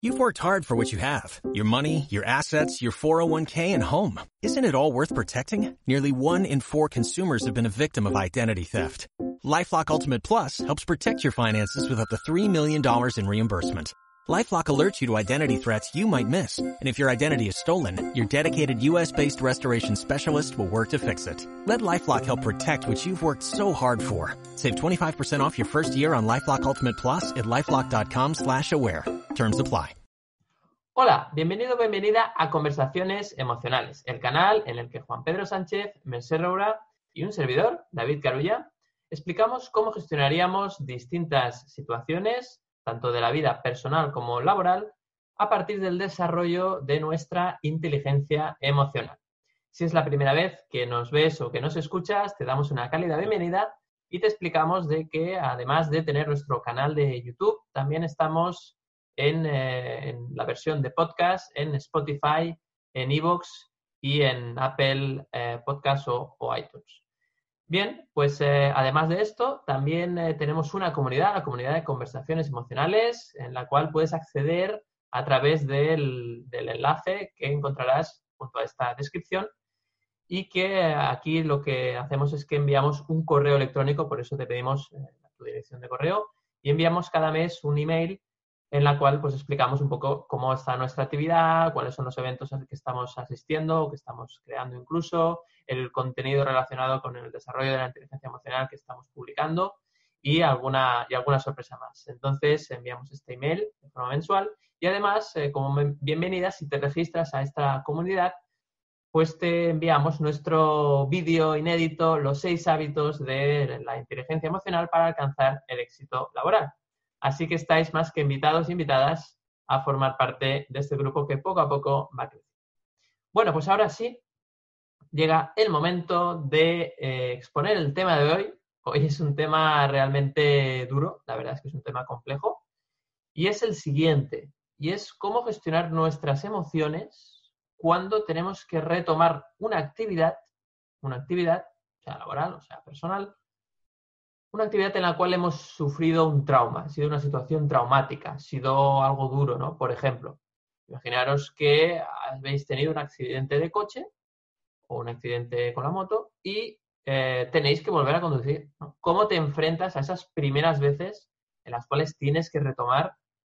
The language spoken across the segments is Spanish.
You've worked hard for what you have. Your money, your assets, your 401k, and home. Isn't it all worth protecting? Nearly 1 in 4 consumers have been a victim of identity theft. LifeLock Ultimate Plus helps protect your finances with up to $3 million in reimbursement. LifeLock alerts you to identity threats you might miss. And if your identity is stolen, your dedicated U.S.-based restoration specialist will work to fix it. Let LifeLock help protect what you've worked so hard for. Save 25% off your first year on LifeLock Ultimate Plus at LifeLock.com/aware. Terms apply. Hola, bienvenido o bienvenida a Conversaciones Emocionales, el canal en el que Juan Pedro Sánchez, Mercè Roura y un servidor, David Carulla, explicamos cómo gestionaríamos distintas situaciones, tanto de la vida personal como laboral, a partir del desarrollo de nuestra inteligencia emocional. Si es la primera vez que nos ves o que nos escuchas, te damos una cálida bienvenida y te explicamos de que, además de tener nuestro canal de YouTube, también estamos en la versión de podcast, en Spotify, en iVoox y en Apple Podcast o iTunes. Bien, pues además de esto, también tenemos una comunidad, la comunidad de conversaciones emocionales, en la cual puedes acceder a través del enlace que encontrarás junto a esta descripción y que aquí lo que hacemos es que enviamos un correo electrónico, por eso te pedimos tu dirección de correo, y enviamos cada mes un email en la cual pues explicamos un poco cómo está nuestra actividad, cuáles son los eventos a los que estamos asistiendo o que estamos creando incluso, el contenido relacionado con el desarrollo de la inteligencia emocional que estamos publicando y alguna sorpresa más. Entonces enviamos este email de forma mensual y además, como bienvenida, si te registras a esta comunidad, pues te enviamos nuestro vídeo inédito, los 6 hábitos de la inteligencia emocional para alcanzar el éxito laboral. Así que estáis más que invitados e invitadas a formar parte de este grupo que poco a poco va a crecer. Bueno, pues ahora sí, llega el momento de exponer el tema de hoy. Hoy es un tema realmente duro, la verdad es que es un tema complejo, y es el siguiente, y es cómo gestionar nuestras emociones cuando tenemos que retomar una actividad, sea laboral o sea personal, una actividad en la cual hemos sufrido un trauma, ha sido una situación traumática, ha sido algo duro, ¿no? Por ejemplo, imaginaros que habéis tenido un accidente de coche o un accidente con la moto y tenéis que volver a conducir, ¿no? ¿Cómo te enfrentas a esas primeras veces en las cuales tienes que retomar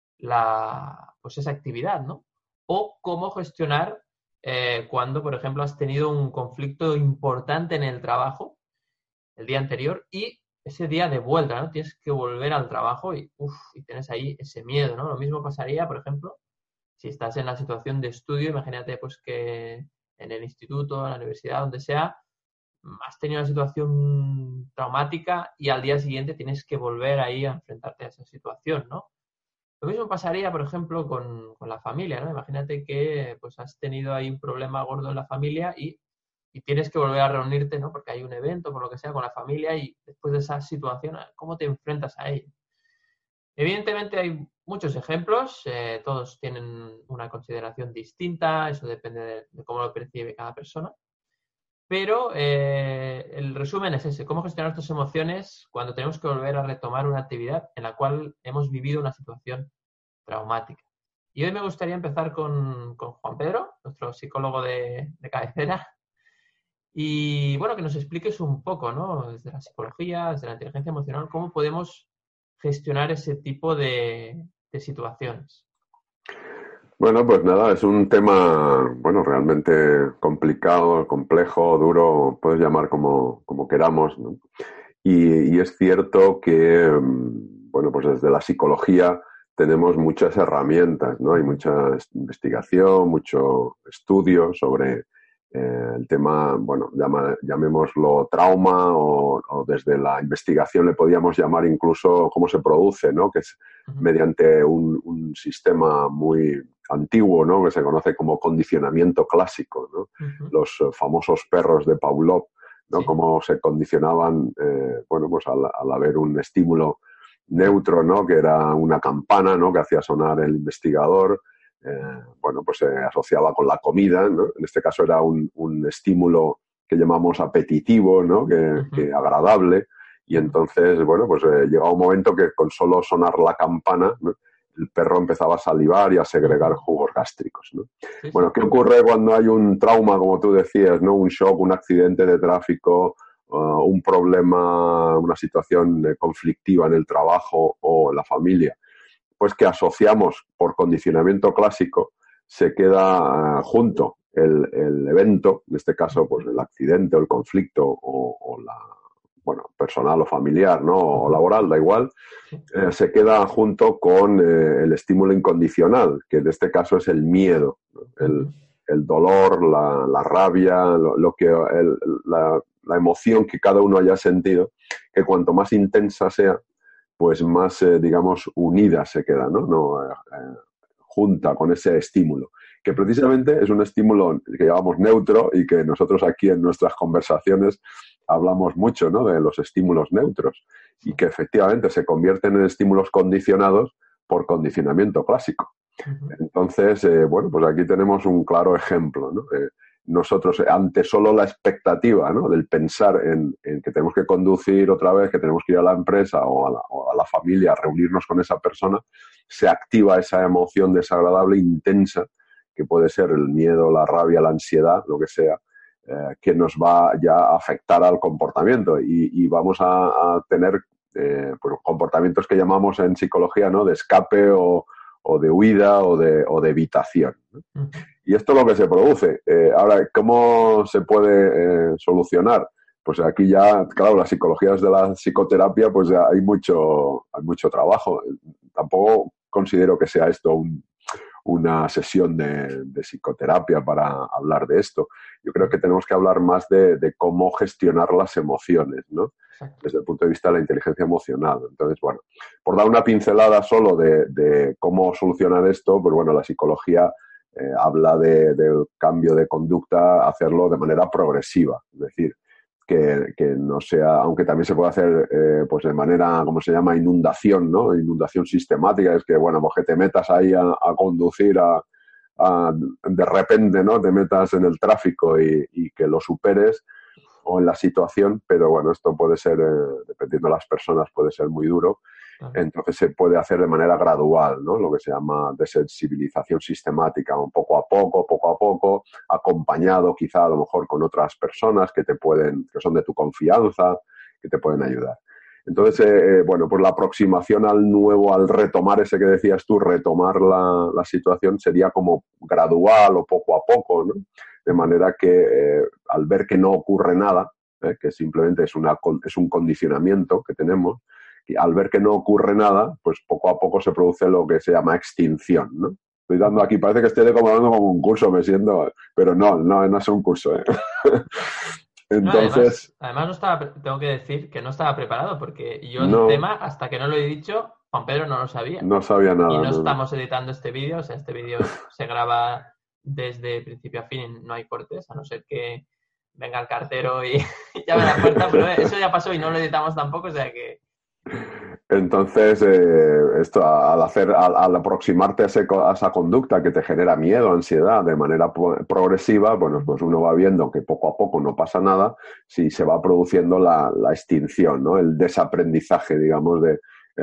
esa actividad, ¿no? O cómo gestionar cuando, por ejemplo, has tenido un conflicto importante en el trabajo el día anterior y ese día de vuelta, ¿no? Tienes que volver al trabajo y tienes ahí ese miedo, ¿no? Lo mismo pasaría, por ejemplo, si estás en la situación de estudio, imagínate pues que en el instituto, en la universidad, donde sea, has tenido una situación traumática y al día siguiente tienes que volver ahí a enfrentarte a esa situación, ¿no? Lo mismo pasaría, por ejemplo, con la familia, ¿no? Imagínate que pues has tenido ahí un problema gordo en la familia y tienes que volver a reunirte, ¿no? Porque hay un evento, por lo que sea, con la familia y después de esa situación, ¿cómo te enfrentas a ello? Evidentemente hay muchos ejemplos, todos tienen una consideración distinta, eso depende de cómo lo percibe cada persona, pero el resumen es ese, cómo gestionar nuestras emociones cuando tenemos que volver a retomar una actividad en la cual hemos vivido una situación traumática. Y hoy me gustaría empezar con Juan Pedro, nuestro psicólogo de cabecera, y bueno, que nos expliques un poco, ¿no? Desde la psicología, desde la inteligencia emocional, cómo podemos gestionar ese tipo de situaciones. Bueno, pues nada, es un tema, bueno, realmente complicado, complejo, duro, puedes llamar como queramos, ¿no? Y es cierto que, bueno, pues desde la psicología tenemos muchas herramientas, ¿no? Hay mucha investigación, mucho estudio sobre el tema, bueno, llamémoslo trauma o desde la investigación le podíamos llamar incluso cómo se produce, ¿no? Que es mediante un sistema muy antiguo, ¿no? Que se conoce como condicionamiento clásico, ¿no? Los famosos perros de Pavlov, ¿no? Sí. Cómo se condicionaban, bueno, pues al haber un estímulo neutro, ¿no? Que era una campana, ¿no? Que hacía sonar el investigador. Bueno, pues se asociaba con la comida, ¿no? En este caso era un estímulo que llamamos apetitivo, ¿no? Que agradable. Y entonces, bueno, pues llegaba un momento que con solo sonar la campana, ¿no? el perro empezaba a salivar y a segregar jugos gástricos, ¿no? Sí, Bueno, sí. ¿qué ocurre cuando hay un trauma, como tú decías, ¿no? Un shock, un accidente de tráfico, un problema, una situación conflictiva en el trabajo o en la familia? Pues que asociamos por condicionamiento clásico, se queda junto el evento, en este caso pues el accidente o el conflicto o la, bueno, personal o familiar, ¿no? O laboral, da igual, se queda junto con el estímulo incondicional, que en este caso es el miedo, ¿no? El dolor, la rabia, la emoción que cada uno haya sentido, que cuanto más intensa sea, pues más, digamos, unida se queda, ¿no? Junta con ese estímulo, que precisamente es un estímulo que llamamos neutro y que nosotros aquí en nuestras conversaciones hablamos mucho, ¿no? De los estímulos neutros y que efectivamente se convierten en estímulos condicionados por condicionamiento clásico. Entonces, bueno, pues aquí tenemos un claro ejemplo, ¿no? Nosotros, ante solo la expectativa, ¿no? Del pensar en que tenemos que conducir otra vez, que tenemos que ir a la empresa o a la familia a reunirnos con esa persona, se activa esa emoción desagradable intensa, que puede ser el miedo, la rabia, la ansiedad, lo que sea, que nos va ya a afectar al comportamiento y vamos a tener pues, comportamientos que llamamos en psicología, ¿no? De escape o de huida o de evitación, ¿no? Y esto es lo que se produce. Ahora, ¿cómo se puede solucionar? Pues aquí ya, claro, las psicologías de la psicoterapia, pues ya hay mucho trabajo. Tampoco considero que sea esto una sesión de psicoterapia para hablar de esto. Yo creo que tenemos que hablar más de cómo gestionar las emociones, ¿no? Desde el punto de vista de la inteligencia emocional. Entonces, bueno, por dar una pincelada solo de cómo solucionar esto, pues bueno, la psicología habla del cambio de conducta, hacerlo de manera progresiva, es decir, que no sea, aunque también se puede hacer pues de manera, ¿cómo se llama? Inundación, ¿no? Inundación sistemática, es que, bueno, pues que te metas ahí a conducir de repente, ¿no? Te metas en el tráfico y que lo superes o en la situación, pero bueno, esto puede ser, dependiendo de las personas, puede ser muy duro. Entonces se puede hacer de manera gradual, ¿no? Lo que se llama desensibilización sistemática, un poco a poco, acompañado quizá a lo mejor con otras personas que son de tu confianza, que te pueden ayudar. Entonces, bueno, pues la aproximación al retomar ese que decías tú, retomar la situación sería como gradual o poco a poco, ¿no? De manera que al ver que no ocurre nada, que simplemente es un condicionamiento que tenemos, y al ver que no ocurre nada, pues poco a poco se produce lo que se llama extinción, ¿no? Estoy dando aquí, parece que estoy dando como un curso, me siento, pero no es un curso, ¿eh? Entonces... No, además no estaba, tengo que decir que no estaba preparado, porque yo el No, tema, hasta que no lo he dicho, Juan Pedro no lo sabía. no sabía Y nada, no no. estamos editando este vídeo, o sea, este vídeo se graba desde principio a fin, no hay cortes, a no ser que venga el cartero y llame a la puerta, pero eso ya pasó y no lo editamos tampoco, o sea que... Entonces, esto al aproximarte a esa conducta que te genera miedo, ansiedad, de manera progresiva, bueno, pues uno va viendo que poco a poco no pasa nada, si se va produciendo la extinción, ¿no? El desaprendizaje, digamos, de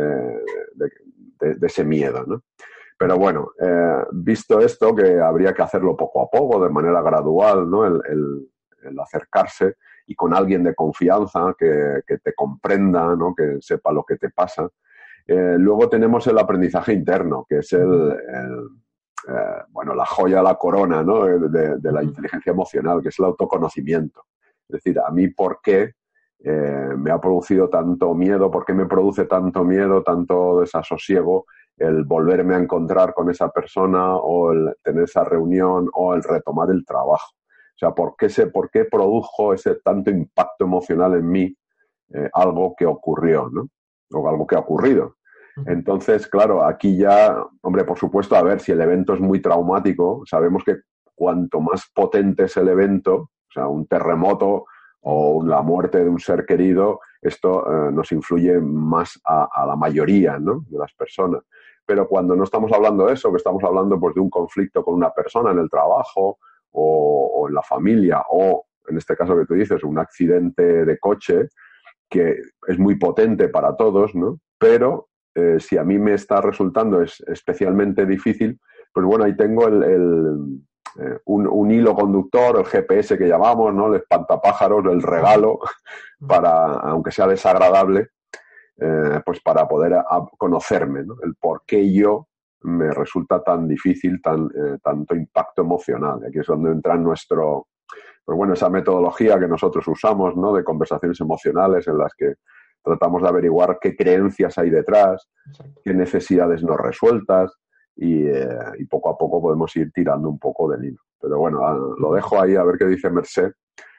ese miedo, ¿no? Pero bueno, visto esto, que habría que hacerlo poco a poco, de manera gradual, ¿no? El acercarse y con alguien de confianza que te comprenda, ¿no? Que sepa lo que te pasa. Luego tenemos el aprendizaje interno, que es bueno, la joya, la corona, ¿no? de la inteligencia emocional, que es el autoconocimiento. Es decir, a mí, ¿por qué me ha producido tanto miedo? ¿Por qué me produce tanto miedo, tanto desasosiego el volverme a encontrar con esa persona o el tener esa reunión o el retomar el trabajo? O sea, ¿por qué produjo ese tanto impacto emocional en mí algo que ocurrió, ¿no? O algo que ha ocurrido. Entonces, claro, aquí ya, hombre, por supuesto, a ver, si el evento es muy traumático, sabemos que cuanto más potente es el evento, o sea, un terremoto o la muerte de un ser querido, esto nos influye más a la mayoría, ¿no? De las personas. Pero cuando no estamos hablando de eso, que estamos hablando pues, de un conflicto con una persona en el trabajo o en la familia, o en este caso que tú dices, un accidente de coche, que es muy potente para todos, ¿no? Pero si a mí me está resultando especialmente difícil, pues bueno, ahí tengo un hilo conductor, el GPS que llamamos, ¿no? El espantapájaros, el regalo, para, aunque sea desagradable, pues para poder conocerme, ¿no? El por qué yo me resulta tan difícil, tanto impacto emocional. Aquí es donde entra pues bueno, esa metodología que nosotros usamos, ¿no? De conversaciones emocionales en las que tratamos de averiguar qué creencias hay detrás, qué necesidades no resueltas y poco a poco podemos ir tirando un poco del hilo. Pero bueno, lo dejo ahí a ver qué dice Mercè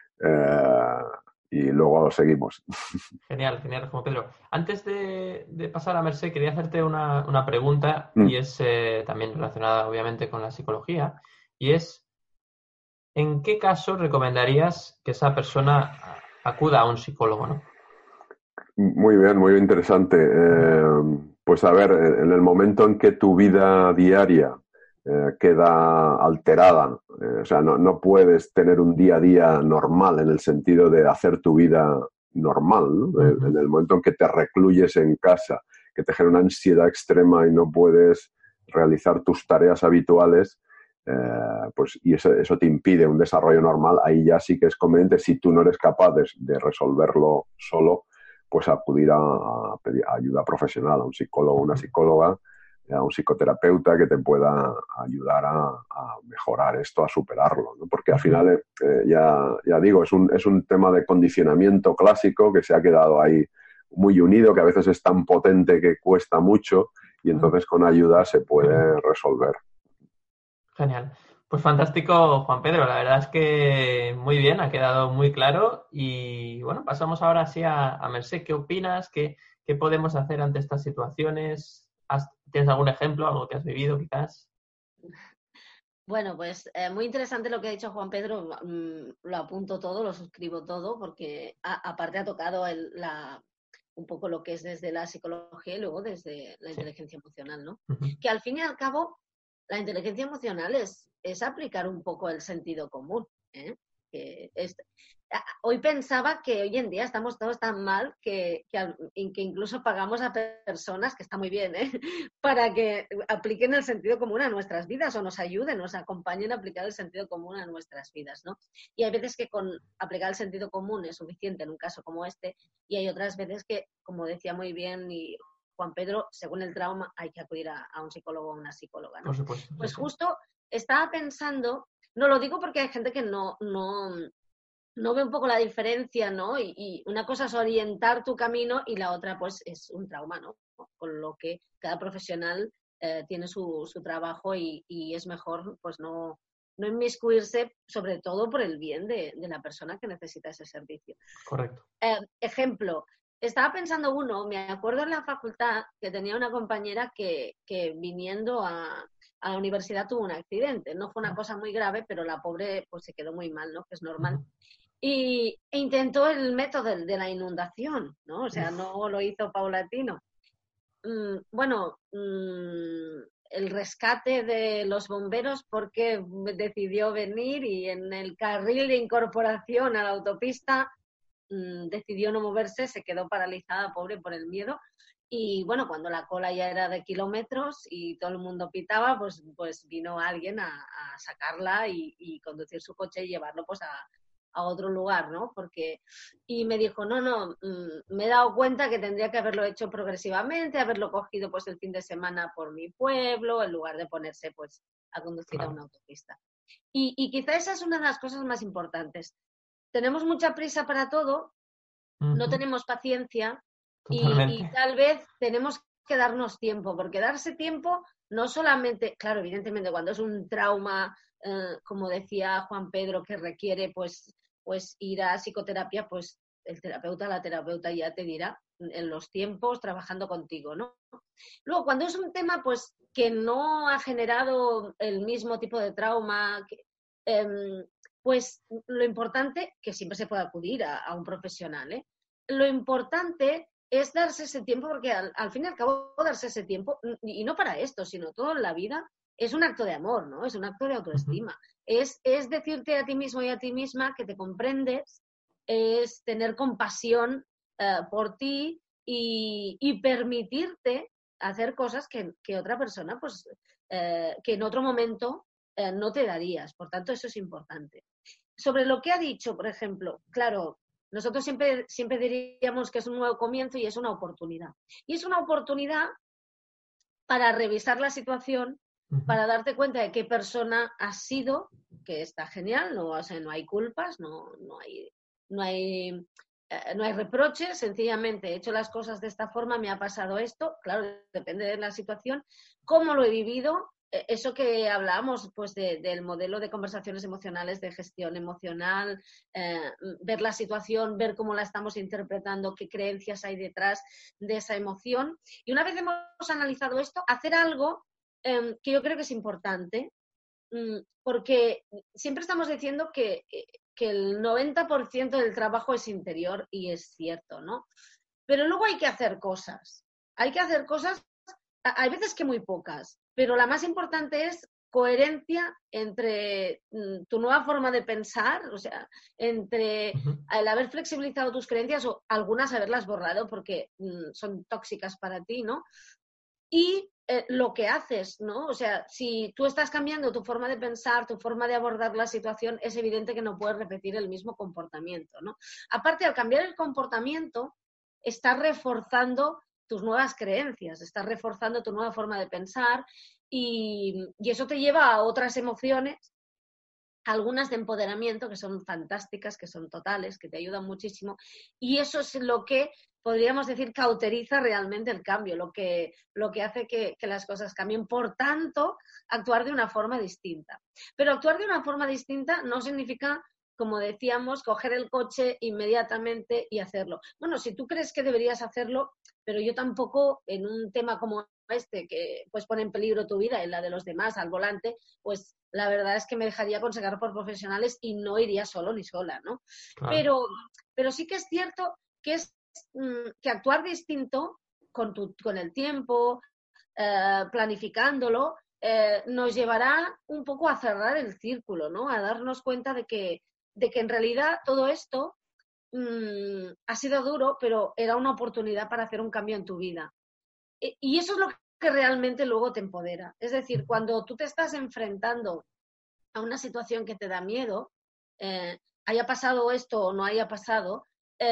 y luego seguimos. Genial, genial, Juan Pedro. Antes de pasar a Mercè, quería hacerte una pregunta y es también relacionada obviamente con la psicología y es ¿en qué caso recomendarías que esa persona acuda a un psicólogo, ¿no? Muy bien, muy interesante. Pues a ver, en el momento en que tu vida diaria queda alterada, o sea, no puedes tener un día a día normal en el sentido de hacer tu vida normal, ¿no? En el momento en que te recluyes en casa, que te genera una ansiedad extrema y no puedes realizar tus tareas habituales, pues y eso te impide un desarrollo normal, ahí ya sí que es conveniente, si tú no eres capaz de resolverlo solo, pues acudir a pedir ayuda profesional, a un psicólogo o una psicóloga, a un psicoterapeuta que te pueda ayudar a mejorar esto, a superarlo, ¿no? Porque al final, ya digo, es un tema de condicionamiento clásico que se ha quedado ahí muy unido, que a veces es tan potente que cuesta mucho y entonces con ayuda se puede resolver. Genial. Pues fantástico, Juan Pedro. La verdad es que muy bien, ha quedado muy claro. Y bueno, pasamos ahora sí a Mercè. ¿Qué opinas? ¿Qué podemos hacer ante estas situaciones? ¿Tienes algún ejemplo, algo que has vivido quizás? Bueno, pues muy interesante lo que ha dicho Juan Pedro. Lo apunto todo, lo suscribo todo, porque aparte ha tocado un poco lo que es desde la psicología y luego desde la inteligencia emocional, ¿no? Que al fin y al cabo la inteligencia emocional es aplicar un poco el sentido común, ¿eh? Hoy pensaba que hoy en día estamos todos tan mal que incluso pagamos a personas, que está muy bien, para que apliquen el sentido común a nuestras vidas o nos ayuden, nos acompañen a aplicar el sentido común a nuestras vidas, ¿no? Y hay veces que con aplicar el sentido común es suficiente en un caso como este y hay otras veces que, como decía muy bien y Juan Pedro, según el trauma hay que acudir a un psicólogo o una psicóloga, ¿no? Por supuesto. Pues justo estaba pensando, no lo digo porque hay gente que no ve un poco la diferencia, ¿no? Y una cosa es orientar tu camino y la otra, pues, es un trauma, ¿no? Con lo que cada profesional tiene su trabajo y es mejor, pues, no inmiscuirse, sobre todo por el bien de la persona que necesita ese servicio. Correcto. Ejemplo, estaba pensando me acuerdo en la facultad que tenía una compañera que viniendo a la universidad tuvo un accidente. No fue una cosa muy grave, pero la pobre pues se quedó muy mal, ¿no? Que es normal. E intentó el método de la inundación, ¿no? O sea, no lo hizo paulatino. El rescate de los bomberos porque decidió venir y en el carril de incorporación a la autopista decidió no moverse, se quedó paralizada, pobre, por el miedo. Y bueno, cuando la cola ya era de kilómetros y todo el mundo pitaba, pues vino alguien a sacarla y conducir su coche y llevarlo pues a otro lugar, ¿no? Y me dijo, me he dado cuenta que tendría que haberlo hecho progresivamente, haberlo cogido pues el fin de semana por mi pueblo, en lugar de ponerse pues a conducir a una autopista. Y quizá esa es una de las cosas más importantes. Tenemos mucha prisa para todo, no tenemos paciencia y tal vez tenemos que darnos tiempo, porque darse tiempo no solamente, claro, evidentemente cuando es un trauma, como decía Juan Pedro, que requiere pues ir a psicoterapia, pues el terapeuta, la terapeuta ya te dirá en los tiempos trabajando contigo, ¿no? Luego, cuando es un tema pues que no ha generado el mismo tipo de trauma, pues lo importante, que siempre se puede acudir a un profesional, ¿eh? Lo importante es darse ese tiempo, porque al fin y al cabo darse ese tiempo, y no para esto, sino todo en la vida, es un acto de amor, ¿no? Es un acto de autoestima. Es decirte a ti mismo y a ti misma que te comprendes, es tener compasión por ti y permitirte hacer cosas que otra persona, pues, que en otro momento no te darías. Por tanto, eso es importante. Sobre lo que ha dicho, por ejemplo, claro, nosotros siempre diríamos que es un nuevo comienzo y es una oportunidad. Y es una oportunidad para revisar la situación, para darte cuenta de qué persona has sido, que está genial, no, o sea, no hay culpas, no hay reproches, sencillamente he hecho las cosas de esta forma, me ha pasado esto, claro, depende de la situación, cómo lo he vivido, eso que hablábamos pues del modelo de conversaciones emocionales, de gestión emocional, ver la situación, ver cómo la estamos interpretando, qué creencias hay detrás de esa emoción. Y una vez hemos analizado esto, hacer algo que yo creo que es importante, porque siempre estamos diciendo que el 90% del trabajo es interior y es cierto, ¿no? Pero luego hay que hacer cosas. Hay hay veces que muy pocas, pero la más importante es coherencia entre tu nueva forma de pensar, o sea, entre el haber flexibilizado tus creencias o algunas haberlas borrado porque son tóxicas para ti, ¿no? Y lo que haces, ¿no? O sea, si tú estás cambiando tu forma de pensar, tu forma de abordar la situación, es evidente que no puedes repetir el mismo comportamiento, ¿no? Aparte, al cambiar el comportamiento, estás reforzando tus nuevas creencias, estás reforzando tu nueva forma de pensar y eso te lleva a otras emociones, algunas de empoderamiento que son fantásticas, que son totales, que te ayudan muchísimo, y eso es lo que podríamos decir cauteriza realmente el cambio, lo que hace que las cosas cambien. Por tanto, actuar de una forma distinta. Pero actuar de una forma distinta no significa, como decíamos, coger el coche inmediatamente y hacerlo. Bueno, si tú crees que deberías hacerlo, pero yo tampoco en un tema como este, que pues pone en peligro tu vida y la de los demás al volante, pues la verdad es que me dejaría aconsejar por profesionales y no iría solo ni sola, ¿no? Claro. Pero sí que es cierto que es que actuar distinto con el tiempo, planificándolo, nos llevará un poco a cerrar el círculo, ¿no? A darnos cuenta de que en realidad todo esto ha sido duro, pero era una oportunidad para hacer un cambio en tu vida. Y eso es lo que realmente luego te empodera. Es decir, cuando tú te estás enfrentando a una situación que te da miedo, haya pasado esto o no haya pasado,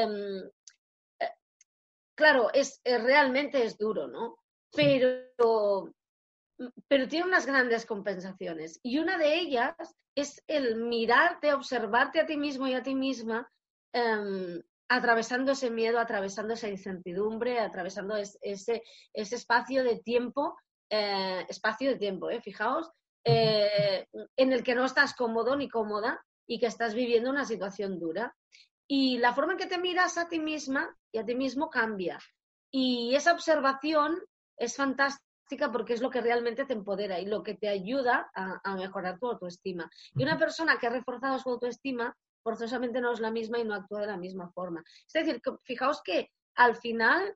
claro, realmente es duro, ¿no? Pero tiene unas grandes compensaciones. Y una de ellas es el mirarte, observarte a ti mismo y a ti misma, atravesando ese miedo, atravesando esa incertidumbre, atravesando ese espacio de tiempo, fijaos, en el que no estás cómodo ni cómoda y que estás viviendo una situación dura. Y la forma en que te miras a ti misma y a ti mismo cambia. Y esa observación es fantástica porque es lo que realmente te empodera y lo que te ayuda a mejorar tu autoestima. Y una persona que ha reforzado su autoestima forzosamente no es la misma y no actúa de la misma forma. Es decir, fijaos que al final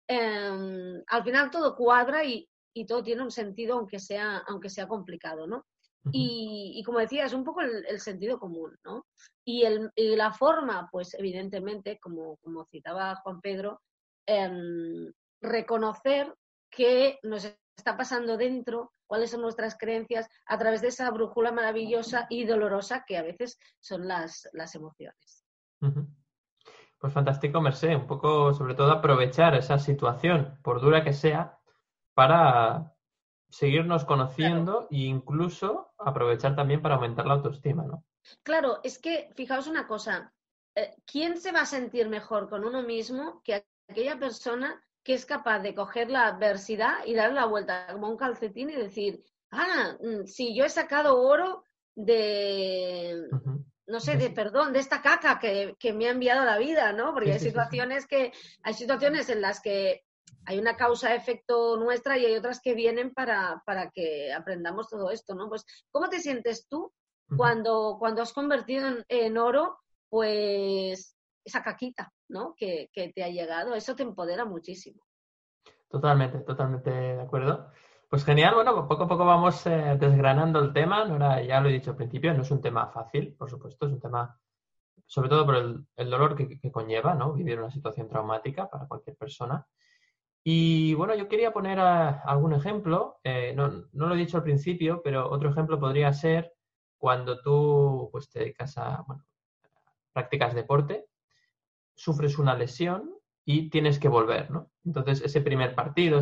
todo cuadra y todo tiene un sentido aunque sea complicado, ¿no? Y como decía, es un poco el sentido común, ¿no? Y la forma, pues evidentemente, como citaba Juan Pedro, reconocer qué nos está pasando dentro, cuáles son nuestras creencias, a través de esa brújula maravillosa y dolorosa que a veces son las emociones. Pues fantástico, Mercé. Un poco, sobre todo, aprovechar esa situación, por dura que sea, para seguirnos conociendo e incluso aprovechar también para aumentar la autoestima, ¿no? Claro, es que, fijaos una cosa, ¿quién se va a sentir mejor con uno mismo que aquella persona que es capaz de coger la adversidad y darle la vuelta como un calcetín y decir, si yo he sacado oro de, no sé, de esta caca que me ha enviado la vida, ¿no? Porque hay situaciones en las que hay una causa-efecto nuestra y hay otras que vienen para que aprendamos todo esto, ¿no? Pues, ¿cómo te sientes tú cuando has convertido en oro, pues, esa caquita, ¿no? Que te ha llegado? Eso te empodera muchísimo. Totalmente de acuerdo. Pues genial, bueno, poco a poco vamos desgranando el tema. Nora, ya lo he dicho al principio, no es un tema fácil, por supuesto, es un tema, sobre todo por el dolor que conlleva, ¿no? Vivir una situación traumática para cualquier persona. Y bueno, yo quería poner algún ejemplo, no lo he dicho al principio, pero otro ejemplo podría ser cuando tú pues, te dedicas a, bueno, practicas deporte, sufres una lesión y tienes que volver, ¿no? Entonces, ese primer partido,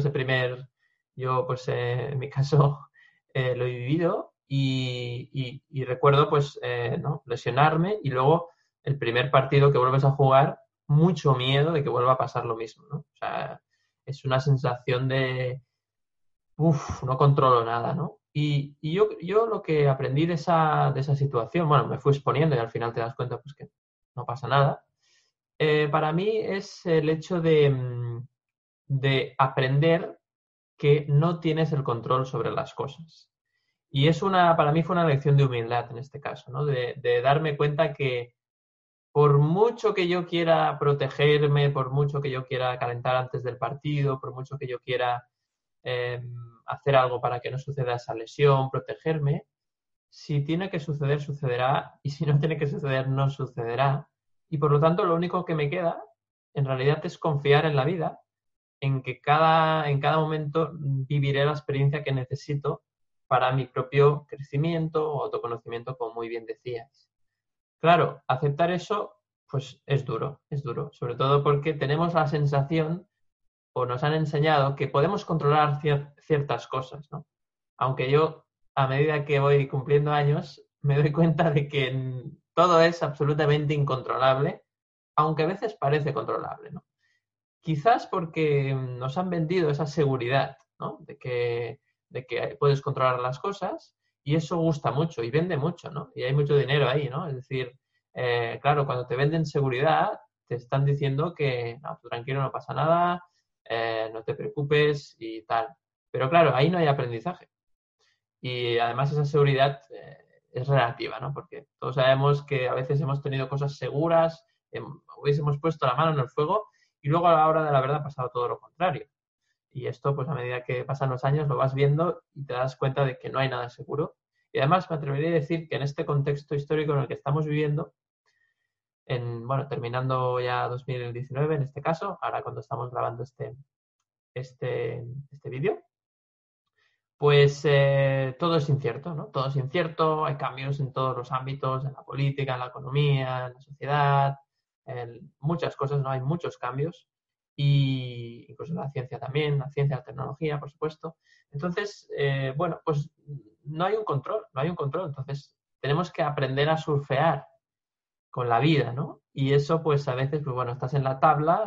yo pues en mi caso lo he vivido y recuerdo pues, ¿no? lesionarme y luego el primer partido que vuelves a jugar, mucho miedo de que vuelva a pasar lo mismo, ¿no? O sea, es una sensación de, uff, no controlo nada, ¿no? Y yo lo que aprendí de esa situación, bueno, me fui exponiendo y al final te das cuenta pues que no pasa nada. Para mí es el hecho de aprender que no tienes el control sobre las cosas. Y para mí fue una lección de humildad en este caso, ¿no? De darme cuenta que por mucho que yo quiera protegerme, por mucho que yo quiera calentar antes del partido, por mucho que yo quiera eh, hacer algo para que no suceda esa lesión, protegerme, si tiene que suceder, sucederá, y si no tiene que suceder, no sucederá. Y por lo tanto, lo único que me queda, en realidad, es confiar en la vida, en que en cada momento viviré la experiencia que necesito para mi propio crecimiento o autoconocimiento, como muy bien decías. Claro, aceptar eso, pues es duro, sobre todo porque tenemos la sensación o nos han enseñado que podemos controlar ciertas cosas, ¿no? Aunque yo, a medida que voy cumpliendo años, me doy cuenta de que todo es absolutamente incontrolable, aunque a veces parece controlable, ¿no? Quizás porque nos han vendido esa seguridad, ¿no? De que puedes controlar las cosas y eso gusta mucho y vende mucho, ¿no? Y hay mucho dinero ahí, ¿no? Es decir, claro, cuando te venden seguridad, te están diciendo que no, tú tranquilo, no pasa nada, no te preocupes y tal. Pero claro, ahí no hay aprendizaje. Y además esa seguridad es relativa, ¿no? Porque todos sabemos que a veces hemos tenido cosas seguras, hubiésemos puesto la mano en el fuego y luego a la hora de la verdad ha pasado todo lo contrario. Y esto, pues a medida que pasan los años, lo vas viendo y te das cuenta de que no hay nada seguro. Y además me atrevería a decir que en este contexto histórico en el que estamos viviendo, bueno, terminando ya 2019 en este caso, ahora cuando estamos grabando este vídeo, pues todo es incierto, ¿no? Todo es incierto, hay cambios en todos los ámbitos, en la política, en la economía, en la sociedad, en muchas cosas, ¿no? Hay muchos cambios y incluso en la ciencia también, la ciencia, la tecnología, por supuesto. Entonces, bueno, pues no hay un control, no hay un control. Entonces, tenemos que aprender a surfear con la vida, ¿no? Y eso, pues a veces, pues bueno, estás en la tabla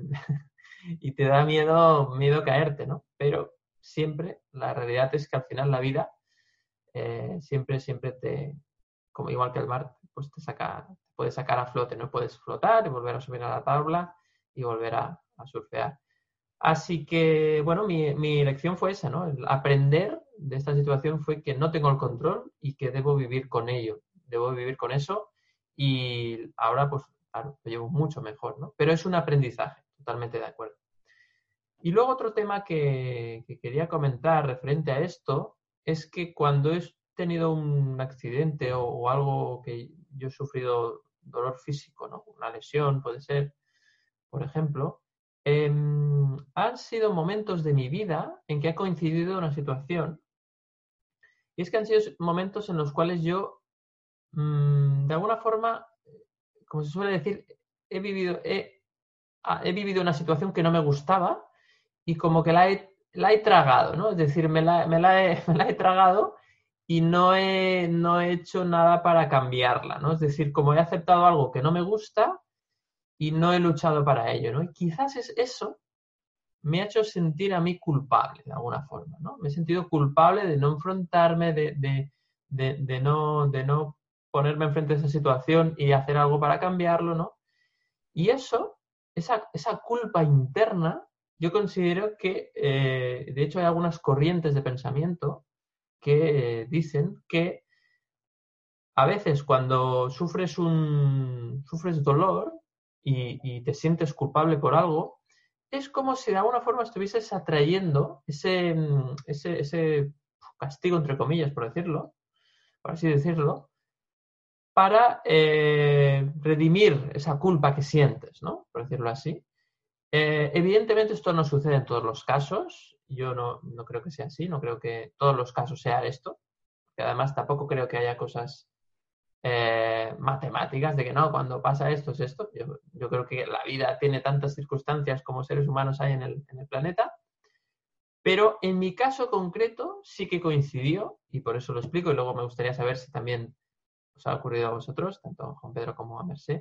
y te da miedo caerte, ¿no? Pero siempre, la realidad es que al final la vida siempre como igual que el mar, pues te puede sacar a flote, no puedes flotar y volver a subir a la tabla y volver a surfear. Así que, bueno, mi lección fue esa, ¿no? El aprender de esta situación fue que no tengo el control y que debo vivir con ello, debo vivir con eso y ahora, pues, claro, lo llevo mucho mejor, ¿no? Pero es un aprendizaje, totalmente de acuerdo. Y luego otro tema que quería comentar referente a esto es que cuando he tenido un accidente o algo que yo he sufrido dolor físico, ¿no? Una lesión puede ser, por ejemplo, han sido momentos de mi vida en que ha coincidido una situación y es que han sido momentos en los cuales yo, de alguna forma, como se suele decir, he vivido una situación que no me gustaba y como que la he tragado, ¿no? Es decir, me la he tragado y no he hecho nada para cambiarla, ¿no? Es decir, como he aceptado algo que no me gusta y no he luchado para ello, ¿no? Y quizás eso me ha hecho sentir a mí culpable, de alguna forma, ¿no? Me he sentido culpable de no enfrentarme, de no ponerme enfrente de esa situación y hacer algo para cambiarlo, ¿no? Y esa culpa interna, yo considero que, de hecho, hay algunas corrientes de pensamiento que dicen que a veces cuando sufres dolor y te sientes culpable por algo, es como si de alguna forma estuvieses atrayendo ese castigo, entre comillas, por así decirlo, para redimir esa culpa que sientes, ¿no? Por decirlo así. Evidentemente esto no sucede en todos los casos. Yo no creo que sea así, no creo que todos los casos sea esto. Que además tampoco creo que haya cosas matemáticas de que no, cuando pasa esto es esto. Yo creo que la vida tiene tantas circunstancias como seres humanos hay en el planeta. Pero en mi caso concreto sí que coincidió, y por eso lo explico, y luego me gustaría saber si también os ha ocurrido a vosotros, tanto a Juan Pedro como a Mercé.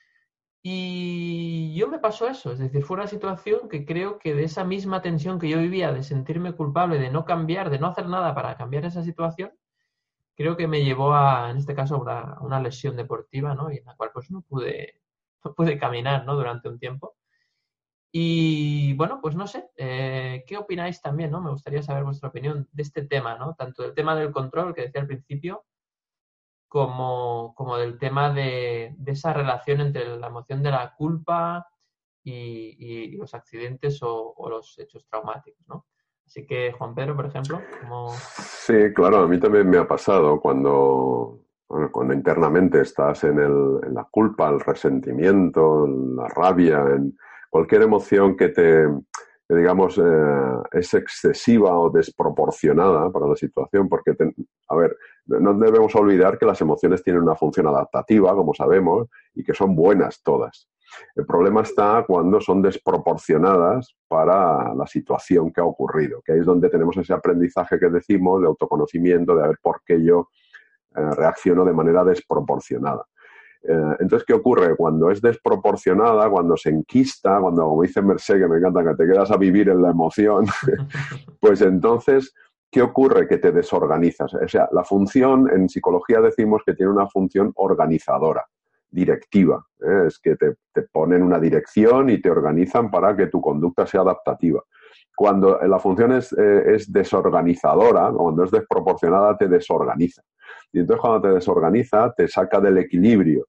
Y yo me pasó eso, es decir, fue una situación que creo que de esa misma tensión que yo vivía, de sentirme culpable, de no cambiar, de no hacer nada para cambiar esa situación, creo que me llevó en este caso, a una lesión deportiva, ¿no? Y en la cual pues no pude caminar, ¿no? Durante un tiempo. Y bueno, pues no sé, ¿qué opináis también, ¿no? Me gustaría saber vuestra opinión de este tema, ¿no? Tanto del tema del control que decía al principio, como del tema de esa relación entre la emoción de la culpa y los accidentes o los hechos traumáticos, ¿no? Así que, Juan Pedro, por ejemplo, como... Sí, claro, a mí también me ha pasado cuando internamente estás en la culpa, el resentimiento, la rabia, en cualquier emoción que digamos, es excesiva o desproporcionada para la situación, porque, a ver, no debemos olvidar que las emociones tienen una función adaptativa, como sabemos, y que son buenas todas. El problema está cuando son desproporcionadas para la situación que ha ocurrido, que ahí es donde tenemos ese aprendizaje que decimos de autoconocimiento, de a ver por qué yo reacciono de manera desproporcionada. Entonces, ¿qué ocurre? Cuando es desproporcionada, cuando se enquista, cuando, como dice Mercé, que me encanta, que te quedas a vivir en la emoción, pues entonces, ¿qué ocurre? Que te desorganizas. O sea, la función, en psicología decimos que tiene una función organizadora, directiva. Es que te ponen una dirección y te organizan para que tu conducta sea adaptativa. Cuando la función es desorganizadora, cuando es desproporcionada, te desorganiza. Y entonces cuando te desorganiza, te saca del equilibrio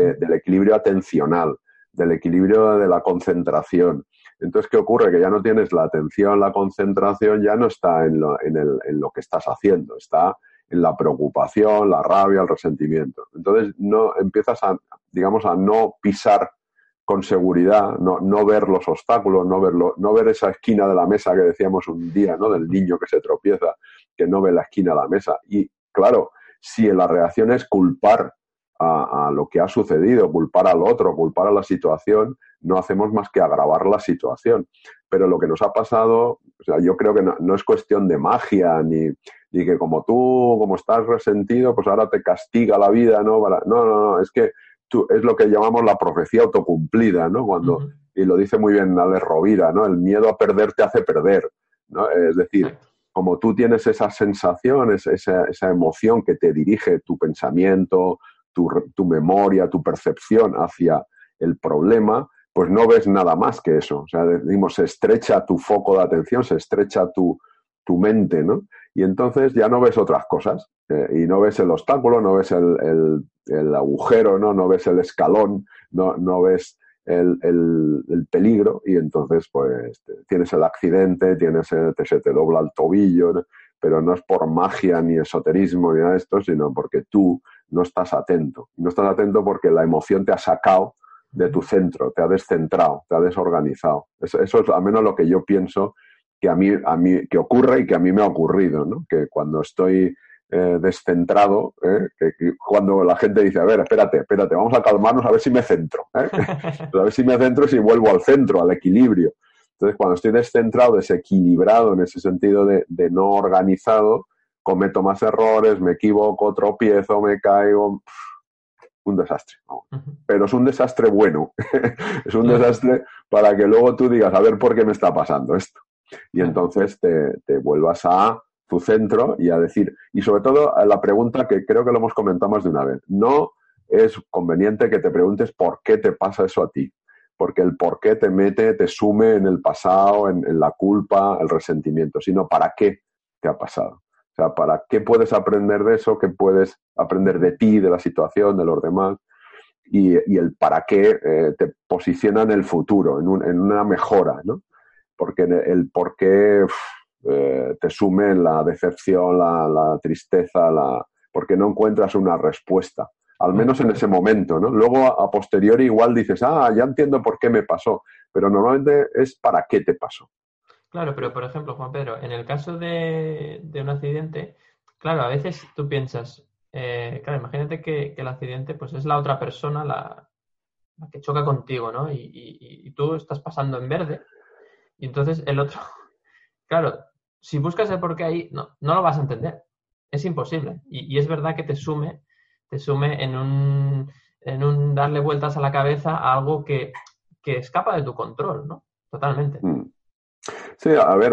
atencional, del equilibrio de la concentración. Entonces, ¿qué ocurre? Que ya no tienes la atención, la concentración, ya no está en lo que estás haciendo, está en la preocupación, la rabia, el resentimiento. Entonces, no empiezas a no pisar con seguridad, no ver los obstáculos, no ver esa esquina de la mesa que decíamos un día, ¿no? Del niño que se tropieza, que no ve la esquina de la mesa. Y, claro, si la reacción es culpar a lo que ha sucedido, culpar al otro, culpar a la situación, no hacemos más que agravar la situación. Pero lo que nos ha pasado, o sea, yo creo que no es cuestión de magia, ni que como estás resentido, pues ahora te castiga la vida, ¿no? No, es que es lo que llamamos la profecía autocumplida, ¿no? Y lo dice muy bien Alex Rovira, ¿no? El miedo a perder te hace perder, ¿no? Es decir, como tú tienes esa sensación, esa emoción que te dirige tu pensamiento, tu memoria, tu percepción hacia el problema, pues no ves nada más que eso. O sea, decimos, se estrecha tu foco de atención, se estrecha tu mente, ¿no? Y entonces ya no ves otras cosas. Y no ves el obstáculo, no ves el agujero, no ves el escalón, no ves el peligro, y entonces pues tienes el accidente, se te dobla el tobillo, ¿no? Pero no es por magia ni esoterismo ni nada de esto, sino porque tú no estás atento. No estás atento porque la emoción te ha sacado de tu centro, te ha descentrado, te ha desorganizado. Eso es al menos lo que yo pienso que a mí que ocurre y que a mí me ha ocurrido, ¿no? Que cuando estoy descentrado, que cuando la gente dice, a ver, espérate, vamos a calmarnos a ver si me centro, a ver si me centro y si vuelvo al centro, al equilibrio. Entonces, cuando estoy descentrado, desequilibrado en ese sentido de no organizado, cometo más errores, me equivoco, tropiezo, me caigo, un desastre. Pero es un desastre bueno, es un desastre para que luego tú digas, a ver por qué me está pasando esto. Y entonces te vuelvas a tu centro y a decir, y sobre todo a la pregunta que creo que lo hemos comentado más de una vez, no es conveniente que te preguntes por qué te pasa eso a ti, porque el por qué te sume en el pasado, en la culpa, el resentimiento, sino para qué te ha pasado. O sea, para qué puedes aprender de eso, qué puedes aprender de ti, de la situación, de los demás, y el para qué te posiciona en el futuro, en una mejora, ¿no? Porque el por qué te sume la decepción, la tristeza, porque no encuentras una respuesta al menos en ese momento, ¿no? Luego, a posteriori, igual dices, ya entiendo por qué me pasó, pero normalmente es para qué te pasó. Claro, pero por ejemplo, Juan Pedro, en el caso de un accidente, claro, a veces tú piensas, claro, imagínate que el accidente pues es la otra persona la que choca contigo, ¿no? Y tú estás pasando en verde y entonces el otro, claro, si buscas el porqué ahí, no lo vas a entender. Es imposible. Y es verdad que te sume en un darle vueltas a la cabeza a algo que escapa de tu control, ¿no? Totalmente. Sí, a ver,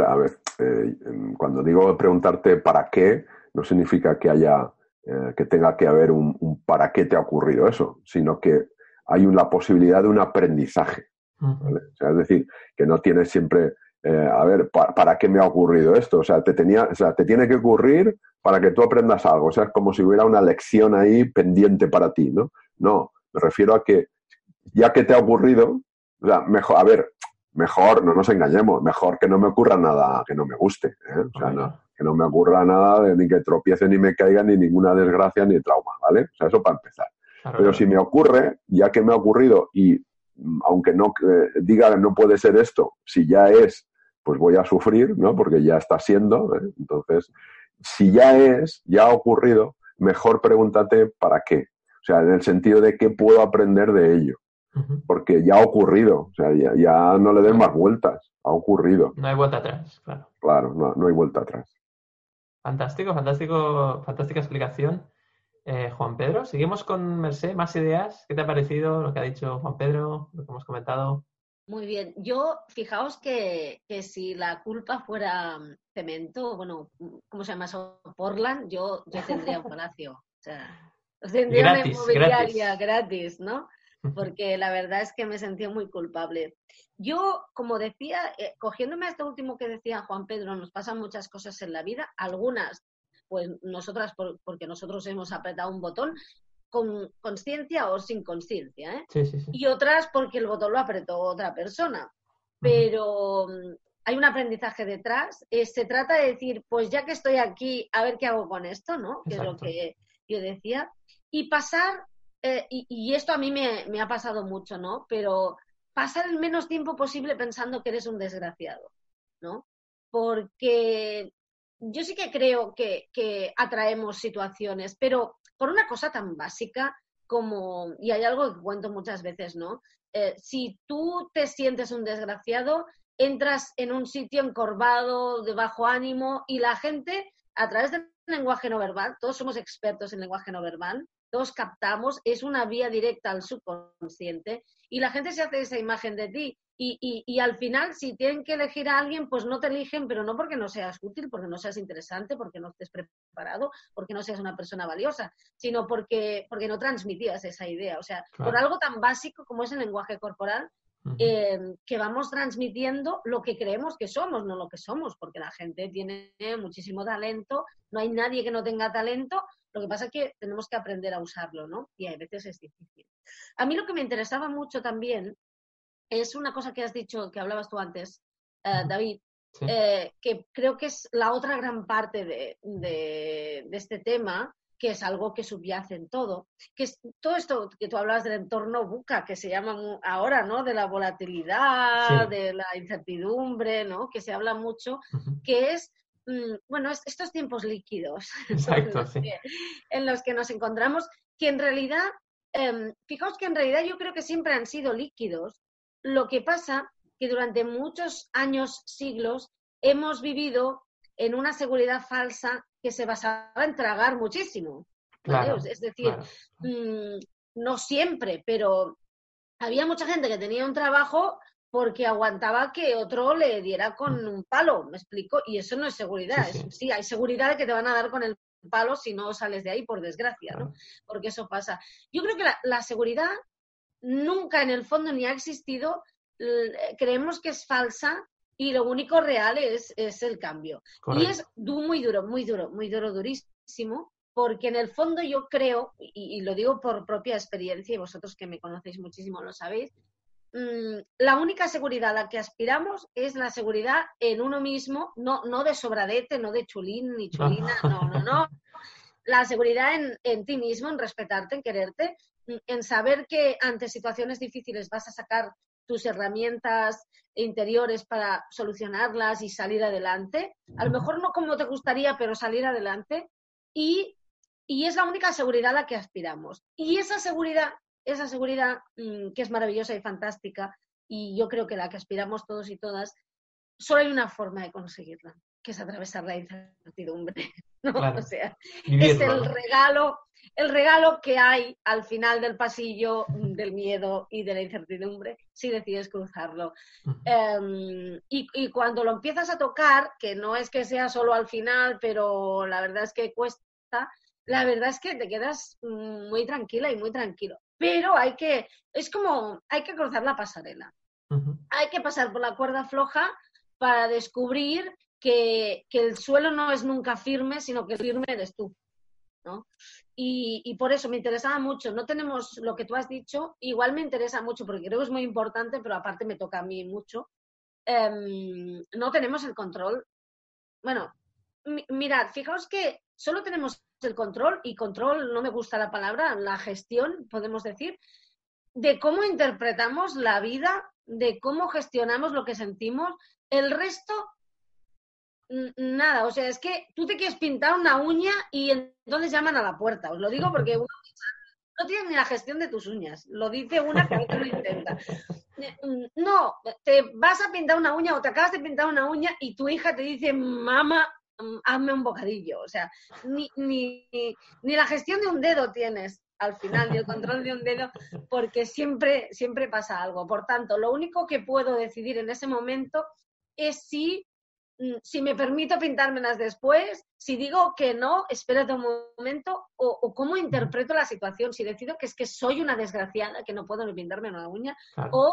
cuando digo preguntarte para qué, no significa que que tenga que haber un para qué te ha ocurrido eso, sino que hay la posibilidad de un aprendizaje, ¿vale? O sea, es decir, que no tienes siempre, ¿para qué me ha ocurrido esto? O sea, te tiene que ocurrir para que tú aprendas algo. O sea, es como si hubiera una lección ahí pendiente para ti, ¿no? No, me refiero a que ya que te ha ocurrido, o sea, mejor, no nos engañemos, mejor que no me ocurra nada que no me guste, ¿eh? O sea, que no me ocurra nada, ni que tropiece, ni me caiga, ni ninguna desgracia, ni trauma, ¿vale? O sea, eso para empezar. Claro, pero si me ocurre, ya que me ha ocurrido, y aunque no diga que no puede ser esto, si ya es, pues voy a sufrir, ¿no? Porque ya está siendo, ¿eh? Entonces, si ya ha ocurrido, mejor pregúntate para qué. O sea, en el sentido de qué puedo aprender de ello. Porque ya ha ocurrido, o sea, ya no le den más vueltas, ha ocurrido. No hay vuelta atrás, claro. Claro, no hay vuelta atrás. Fantástico, fantástica explicación. Juan Pedro, seguimos con Mercé, más ideas. ¿Qué te ha parecido lo que ha dicho Juan Pedro, lo que hemos comentado? Muy bien. Yo, fijaos que si la culpa fuera cemento, bueno, ¿cómo se llama eso? Portland, yo tendría un palacio. O sea, tendría una inmobiliaria gratis, ¿no? Porque la verdad es que me sentí muy culpable. Yo, como decía, cogiéndome a esto último que decía Juan Pedro, nos pasan muchas cosas en la vida, algunas, pues nosotras, porque nosotros hemos apretado un botón, con consciencia o sin consciencia, ¿eh? Sí. Y otras porque el botón lo apretó otra persona. Pero hay un aprendizaje detrás. Se trata de decir, pues ya que estoy aquí, a ver qué hago con esto, ¿no? Que es lo que yo decía. Y pasar, y esto a mí me ha pasado mucho, ¿no? Pero pasar el menos tiempo posible pensando que eres un desgraciado, ¿no? Porque yo sí que creo que atraemos situaciones, pero por una cosa tan básica como, y hay algo que cuento muchas veces, ¿no? Si tú te sientes un desgraciado, entras en un sitio encorvado, de bajo ánimo, y la gente, a través del lenguaje no verbal, todos somos expertos en lenguaje no verbal, todos captamos, es una vía directa al subconsciente, y la gente se hace esa imagen de ti. Y al final, si tienen que elegir a alguien, pues no te eligen, pero no porque no seas útil, porque no seas interesante, porque no estés preparado, porque no seas una persona valiosa, sino porque no transmitías esa idea. O sea, claro, por algo tan básico como es el lenguaje corporal, que vamos transmitiendo lo que creemos que somos, no lo que somos, porque la gente tiene muchísimo talento, no hay nadie que no tenga talento, lo que pasa es que tenemos que aprender a usarlo, ¿no? Y a veces es difícil. A mí lo que me interesaba mucho también es una cosa que has dicho, que hablabas tú antes, David, sí, que creo que es la otra gran parte de este tema, que es algo que subyace en todo, que es todo esto que tú hablabas del entorno VUCA, que se llama ahora, ¿no? De la volatilidad, sí, de la incertidumbre, ¿no? Que se habla mucho, que es, bueno, estos tiempos líquidos exacto, sí, en los que nos encontramos, que en realidad, fijaos que en realidad yo creo que siempre han sido líquidos. Lo que pasa que durante muchos años, siglos, hemos vivido en una seguridad falsa que se basaba en tragar muchísimo, ¿vale? Claro, es decir, claro, no siempre, pero había mucha gente que tenía un trabajo porque aguantaba que otro le diera con un palo, ¿me explico? Y eso no es seguridad. Sí, sí, hay seguridad de que te van a dar con el palo si no sales de ahí, por desgracia, ¿no? Porque eso pasa. Yo creo que la seguridad nunca en el fondo ni ha existido, creemos que es falsa y lo único real es el cambio. Correcto. Y es muy duro, durísimo, porque en el fondo yo creo, y lo digo por propia experiencia, y vosotros que me conocéis muchísimo lo sabéis, la única seguridad a la que aspiramos es la seguridad en uno mismo, no de sobradete, no de chulín ni chulina, no. la seguridad en ti mismo, en respetarte, en quererte, en saber que ante situaciones difíciles vas a sacar tus herramientas interiores para solucionarlas y salir adelante. A lo mejor no como te gustaría, pero salir adelante. Y es la única seguridad a la que aspiramos. Y esa seguridad que es maravillosa y fantástica, y yo creo que la que aspiramos todos y todas, solo hay una forma de conseguirla, que es atravesar la incertidumbre, ¿no? Claro. O sea, Vivirlo, es el regalo que hay al final del pasillo del miedo y de la incertidumbre si decides cruzarlo. Y cuando lo empiezas a tocar, que no es que sea solo al final, pero la verdad es que cuesta, la verdad es que te quedas muy tranquila y muy tranquilo. Pero hay que cruzar la pasarela. Hay que pasar por la cuerda floja para descubrir que el suelo no es nunca firme, sino que el firme eres tú, ¿no? Y por eso me interesaba mucho. No tenemos lo que tú has dicho, igual me interesa mucho porque creo que es muy importante, pero aparte me toca a mí mucho. No tenemos el control. Bueno, mirad, fijaos que solo tenemos el control, y control no me gusta la palabra, la gestión, podemos decir, de cómo interpretamos la vida, de cómo gestionamos lo que sentimos. El resto, nada. O sea, es que tú te quieres pintar una uña y entonces llaman a la puerta. Os lo digo porque uno no tienes ni la gestión de tus uñas. Lo dice una que a veces lo intenta. No, te vas a pintar una uña o te acabas de pintar una uña y tu hija te dice, mamá, hazme un bocadillo. O sea, ni la gestión de un dedo tienes al final, ni el control de un dedo, porque siempre pasa algo. Por tanto, lo único que puedo decidir en ese momento es si me permito pintármelas después, si digo que no, espérate un momento, o cómo interpreto la situación, si decido que es que soy una desgraciada, que no puedo ni pintarme una uña, claro, o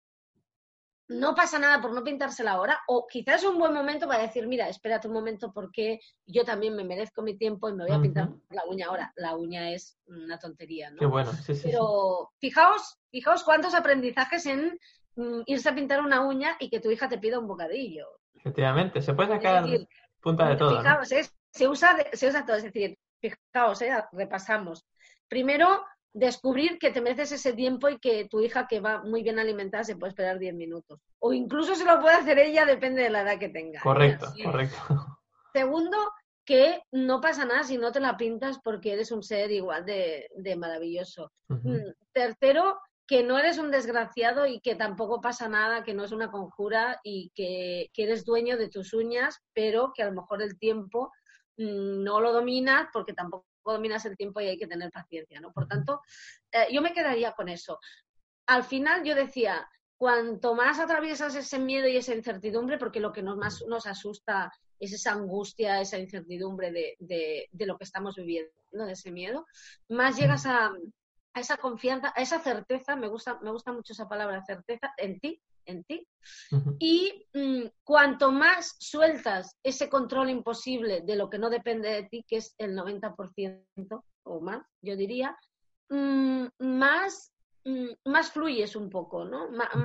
no pasa nada por no pintársela ahora, o quizás es un buen momento para decir, mira, espérate un momento porque yo también me merezco mi tiempo y me voy a pintar la uña ahora. La uña es una tontería, ¿no? Qué bueno, sí. Pero fijaos cuántos aprendizajes en irse a pintar una uña y que tu hija te pida un bocadillo. Efectivamente, se puede sacar punta de todo. Fijaos, ¿no? Se usa todo, es decir, fijaos, repasamos. Primero, descubrir que te mereces ese tiempo y que tu hija, que va muy bien alimentada, se puede esperar 10 minutos. O incluso se lo puede hacer ella, depende de la edad que tenga. Correcto, ¿sí? Correcto. Segundo, que no pasa nada si no te la pintas porque eres un ser igual de maravilloso. Tercero, que no eres un desgraciado y que tampoco pasa nada, que no es una conjura y que eres dueño de tus uñas, pero que a lo mejor el tiempo no lo dominas porque tampoco dominas el tiempo y hay que tener paciencia, ¿no? Por tanto, yo me quedaría con eso. Al final yo decía, cuanto más atraviesas ese miedo y esa incertidumbre, porque lo que más nos asusta es esa angustia, esa incertidumbre de lo que estamos viviendo, de ese miedo, más llegas a esa confianza, a esa certeza, me gusta mucho esa palabra, certeza, en ti. Y cuanto más sueltas ese control imposible de lo que no depende de ti, que es el 90% o más, yo diría, más fluyes un poco, ¿no?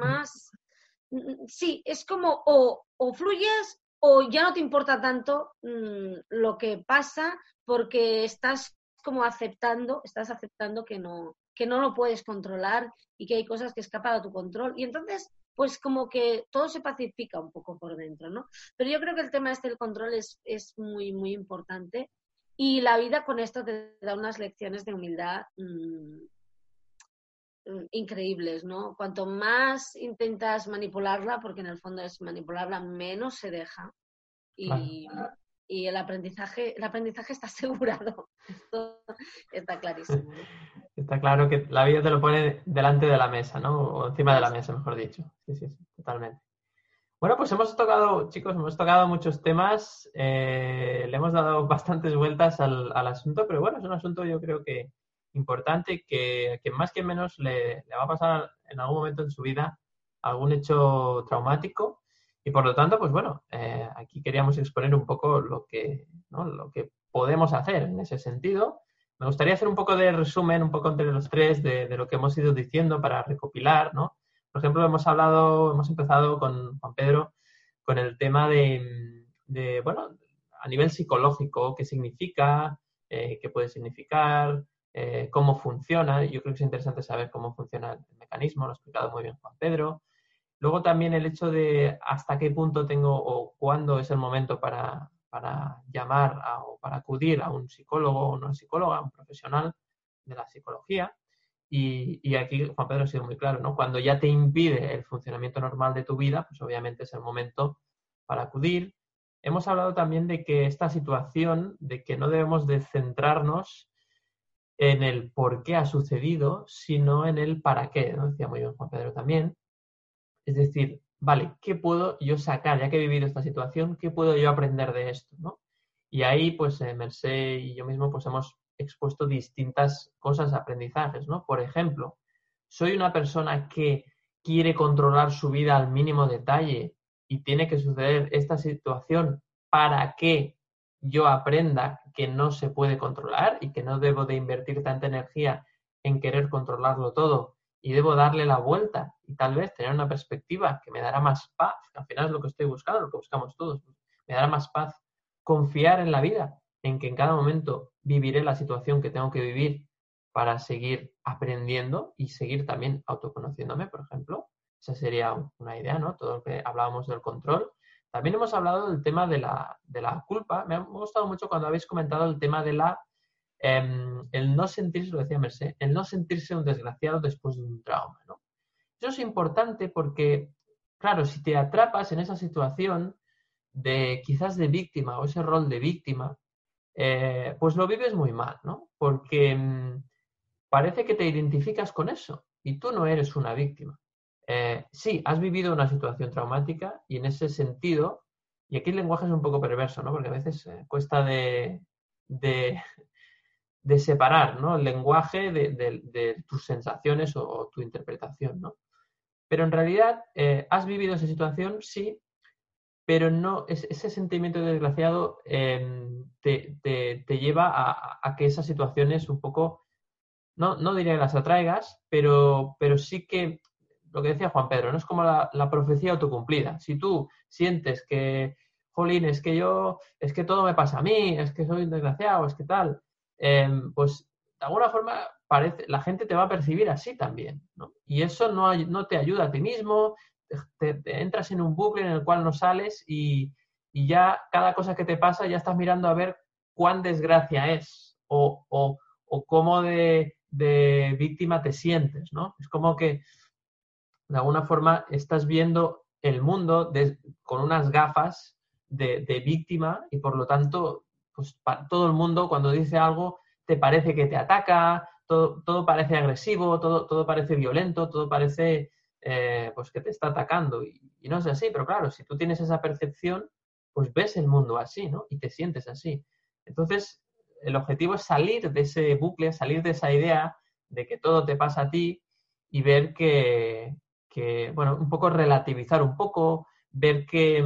Sí, es como o fluyes o ya no te importa tanto lo que pasa porque estás aceptando que no lo puedes controlar y que hay cosas que escapan a tu control. Y entonces, pues como que todo se pacifica un poco por dentro, ¿no? Pero yo creo que el tema del control es muy, muy importante. Y la vida con esto te da unas lecciones de humildad increíbles, ¿no? Cuanto más intentas manipularla, porque en el fondo es manipularla, menos se deja. Y, claro. Y el aprendizaje está asegurado. Esto está clarísimo. Está claro que la vida te lo pone delante de la mesa, ¿no? O encima de la mesa, mejor dicho. Sí, totalmente. Bueno, pues hemos tocado muchos temas. Le hemos dado bastantes vueltas al asunto, pero bueno, es un asunto yo creo que importante, que más que menos le va a pasar en algún momento en su vida algún hecho traumático. Y por lo tanto, pues bueno, aquí queríamos exponer un poco lo que podemos hacer en ese sentido. Me gustaría hacer un poco de resumen, un poco entre los tres, de lo que hemos ido diciendo para recopilar, ¿no? Por ejemplo, hemos empezado con Juan Pedro con el tema de bueno, a nivel psicológico, qué significa, qué puede significar, cómo funciona. Yo creo que es interesante saber cómo funciona el mecanismo, lo ha explicado muy bien Juan Pedro. Luego también el hecho de hasta qué punto tengo o cuándo es el momento para llamar o para acudir a un psicólogo o una psicóloga, un profesional de la psicología. Y aquí Juan Pedro ha sido muy claro, ¿no? Cuando ya te impide el funcionamiento normal de tu vida, pues obviamente es el momento para acudir. Hemos hablado también de que esta situación, de que no debemos de centrarnos en el por qué ha sucedido, sino en el para qué, ¿no? Decía muy bien Juan Pedro también. Es decir, vale, ¿qué puedo yo sacar, ya que he vivido esta situación, qué puedo yo aprender de esto, ¿no? Y ahí, pues, Mercé y yo mismo, pues, hemos expuesto distintas cosas, aprendizajes, ¿no? Por ejemplo, soy una persona que quiere controlar su vida al mínimo detalle y tiene que suceder esta situación para que yo aprenda que no se puede controlar y que no debo de invertir tanta energía en querer controlarlo todo y debo darle la vuelta y tal vez tener una perspectiva que me dará más paz, que al final es lo que estoy buscando, lo que buscamos todos, me dará más paz, confiar en la vida, en que en cada momento viviré la situación que tengo que vivir para seguir aprendiendo y seguir también autoconociéndome, por ejemplo. Esa sería una idea, ¿no? Todo lo que hablábamos del control. También hemos hablado del tema de la culpa. Me ha gustado mucho cuando habéis comentado el tema de el no sentirse, lo decía Mercé, el no sentirse un desgraciado después de un trauma, ¿no? Eso es importante porque, claro, si te atrapas en esa situación de quizás de víctima o ese rol de víctima, pues lo vives muy mal, ¿no? Porque parece que te identificas con eso y tú no eres una víctima. Sí, has vivido una situación traumática y en ese sentido, y aquí el lenguaje es un poco perverso, ¿no? Porque a veces cuesta de separar, ¿no? El lenguaje de tus sensaciones o tu interpretación, ¿no? Pero en realidad has vivido esa situación, sí, pero no ese sentimiento de desgraciado te lleva a que esas situaciones un poco, no diría que las atraigas, pero sí que, lo que decía Juan Pedro, no es como la profecía autocumplida. Si tú sientes que, jolín, es que todo me pasa a mí, es que soy un desgraciado, es que tal, pues de alguna forma la gente te va a percibir así también, ¿no? Y eso no te ayuda a ti mismo, te entras en un bucle en el cual no sales y ya cada cosa que te pasa ya estás mirando a ver cuán desgracia es o cómo de víctima te sientes, ¿no? Es como que de alguna forma estás viendo el mundo con unas gafas de víctima y por lo tanto, pues todo el mundo cuando dice algo te parece que te ataca, todo parece agresivo, todo parece violento, todo parece pues que te está atacando y no es así, pero claro, si tú tienes esa percepción, pues ves el mundo así, ¿no? Y te sientes así. Entonces, el objetivo es salir de ese bucle, salir de esa idea de que todo te pasa a ti y ver que bueno, un poco relativizar un poco, ver que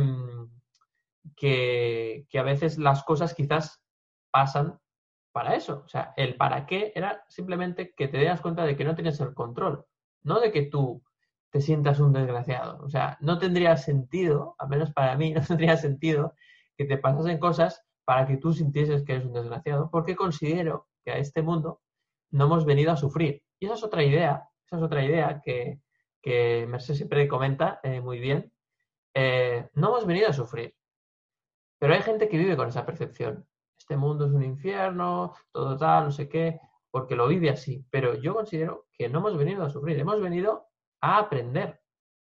a veces las cosas quizás pasan para eso. O sea, el para qué era simplemente que te das cuenta de que no tienes el control, no de que tú te sientas un desgraciado. O sea, no tendría sentido, al menos para mí, no tendría sentido que te pasasen cosas para que tú sintieses que eres un desgraciado, porque considero que a este mundo no hemos venido a sufrir. Y esa es otra idea que Mercé siempre comenta muy bien. No hemos venido a sufrir, pero hay gente que vive con esa percepción. Este mundo es un infierno, todo tal, no sé qué, porque lo vive así. Pero yo considero que no hemos venido a sufrir, hemos venido a aprender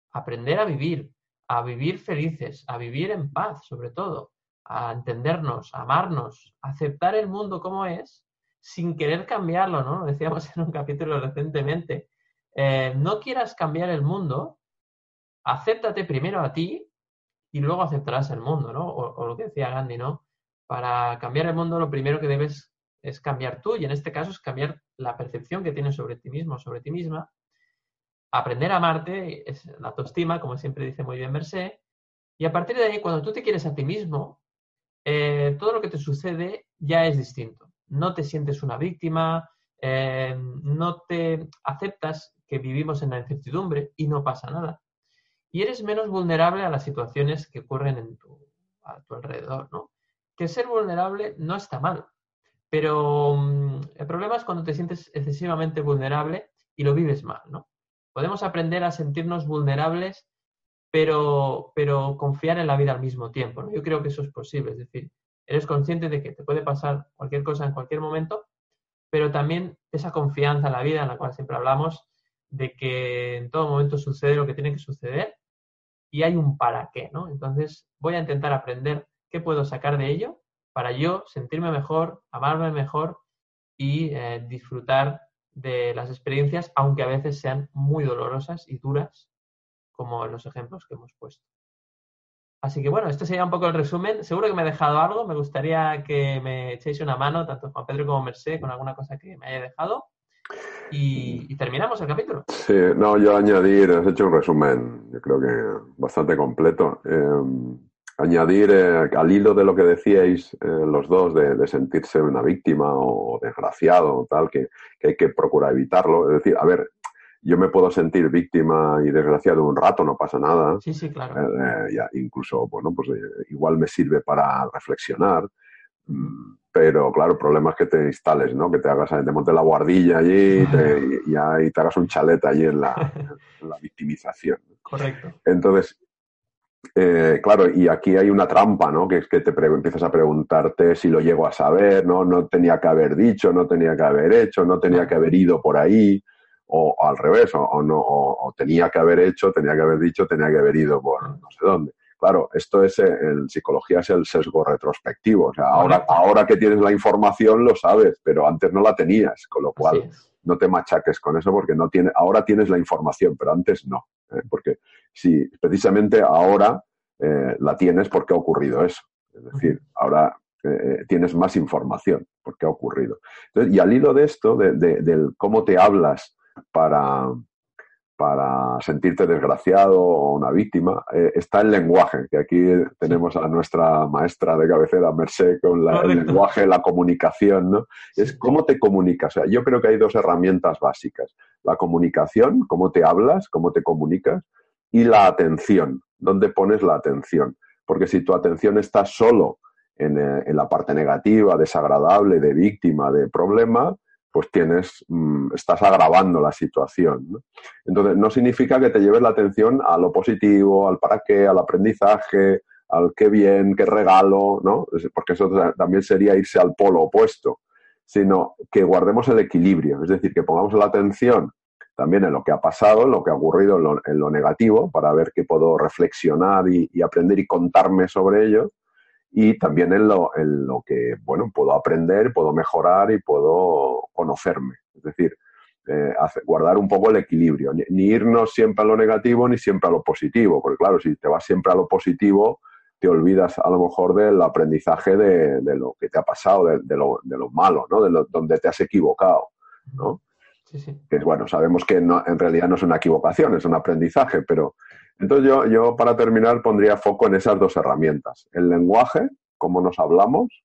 a vivir felices, a vivir en paz, sobre todo, a entendernos, a amarnos, a aceptar el mundo como es, sin querer cambiarlo, ¿no? Lo decíamos en un capítulo recientemente. No quieras cambiar el mundo, acéptate primero a ti y luego aceptarás el mundo, ¿no? O lo que decía Gandhi, ¿no? Para cambiar el mundo lo primero que debes es cambiar tú y en este caso es cambiar la percepción que tienes sobre ti mismo, sobre ti misma, aprender a amarte, es la autoestima, como siempre dice muy bien Mercé, y a partir de ahí, cuando tú te quieres a ti mismo, todo lo que te sucede ya es distinto. No te sientes una víctima, no te aceptas que vivimos en la incertidumbre y no pasa nada. Y eres menos vulnerable a las situaciones que ocurren a tu alrededor, ¿no? Que ser vulnerable no está mal, Pero el problema es cuando te sientes excesivamente vulnerable y lo vives mal, ¿no? Podemos aprender a sentirnos vulnerables, pero confiar en la vida al mismo tiempo, ¿no? Yo creo que eso es posible, es decir, eres consciente de que te puede pasar cualquier cosa en cualquier momento, pero también esa confianza en la vida, en la cual siempre hablamos, de que en todo momento sucede lo que tiene que suceder y hay un para qué, ¿no? Entonces voy a intentar aprender qué puedo sacar de ello para yo sentirme mejor, amarme mejor y disfrutar de las experiencias, aunque a veces sean muy dolorosas y duras, como en los ejemplos que hemos puesto. Así que bueno, este sería un poco el resumen. Seguro que me he dejado algo. Me gustaría que me echéis una mano, tanto Juan Pedro como Mercé, con alguna cosa que me haya dejado. Y terminamos el capítulo. Sí, no, yo añadir, has hecho un resumen, yo creo que bastante completo. Añadir al hilo de lo que decíais los dos, de sentirse una víctima o desgraciado o tal, que hay que procurar evitarlo. Es decir, a ver, yo me puedo sentir víctima y desgraciado un rato, no pasa nada. Sí, sí, claro. Ya, incluso, bueno, pues igual me sirve para reflexionar. Pero claro, el problema es que te instales, ¿no? Que te montes la guardilla allí y te hagas un chalet allí en la victimización. Correcto. Entonces, claro, y aquí hay una trampa, ¿no? Que es que empiezas a preguntarte si lo llego a saber, ¿no? No tenía que haber dicho, no tenía que haber hecho, no tenía que haber ido por ahí, o al revés, o no, o tenía que haber hecho, tenía que haber dicho, tenía que haber ido por no sé dónde. Claro, esto es, en psicología es el sesgo retrospectivo. O sea, ahora que tienes la información lo sabes, pero antes no la tenías, con lo cual no te machaques con eso porque ahora tienes la información, pero antes no. Porque si precisamente ahora la tienes porque ha ocurrido eso. Es decir, ahora tienes más información porque ha ocurrido. Entonces, y al hilo de esto, del cómo te hablas para sentirte desgraciado o una víctima, está el lenguaje, que aquí tenemos a nuestra maestra de cabecera, Mercé, con el lenguaje, la comunicación, ¿no? Sí. Es cómo te comunicas. O sea, yo creo que hay dos herramientas básicas. La comunicación, cómo te hablas, cómo te comunicas, y la atención, dónde pones la atención. Porque si tu atención está solo en la parte negativa, desagradable, de víctima, de problema, pues estás agravando la situación, ¿no? Entonces, no significa que te lleves la atención a lo positivo, al para qué, al aprendizaje, al qué bien, qué regalo, ¿no? Porque eso también sería irse al polo opuesto, sino que guardemos el equilibrio, es decir, que pongamos la atención también en lo que ha pasado, en lo que ha ocurrido, en lo negativo, para ver qué puedo reflexionar y aprender y contarme sobre ello, y también en lo que, bueno, puedo aprender, puedo mejorar y puedo conocerme. Es decir, guardar un poco el equilibrio. Ni irnos siempre a lo negativo ni siempre a lo positivo. Porque claro, si te vas siempre a lo positivo, te olvidas a lo mejor del aprendizaje de lo que te ha pasado, de lo malo, ¿no? Donde te has equivocado, ¿no? Sí, sí. Que bueno, sabemos que en realidad no es una equivocación, es un aprendizaje, pero... Entonces yo para terminar pondría foco en esas dos herramientas. El lenguaje, cómo nos hablamos,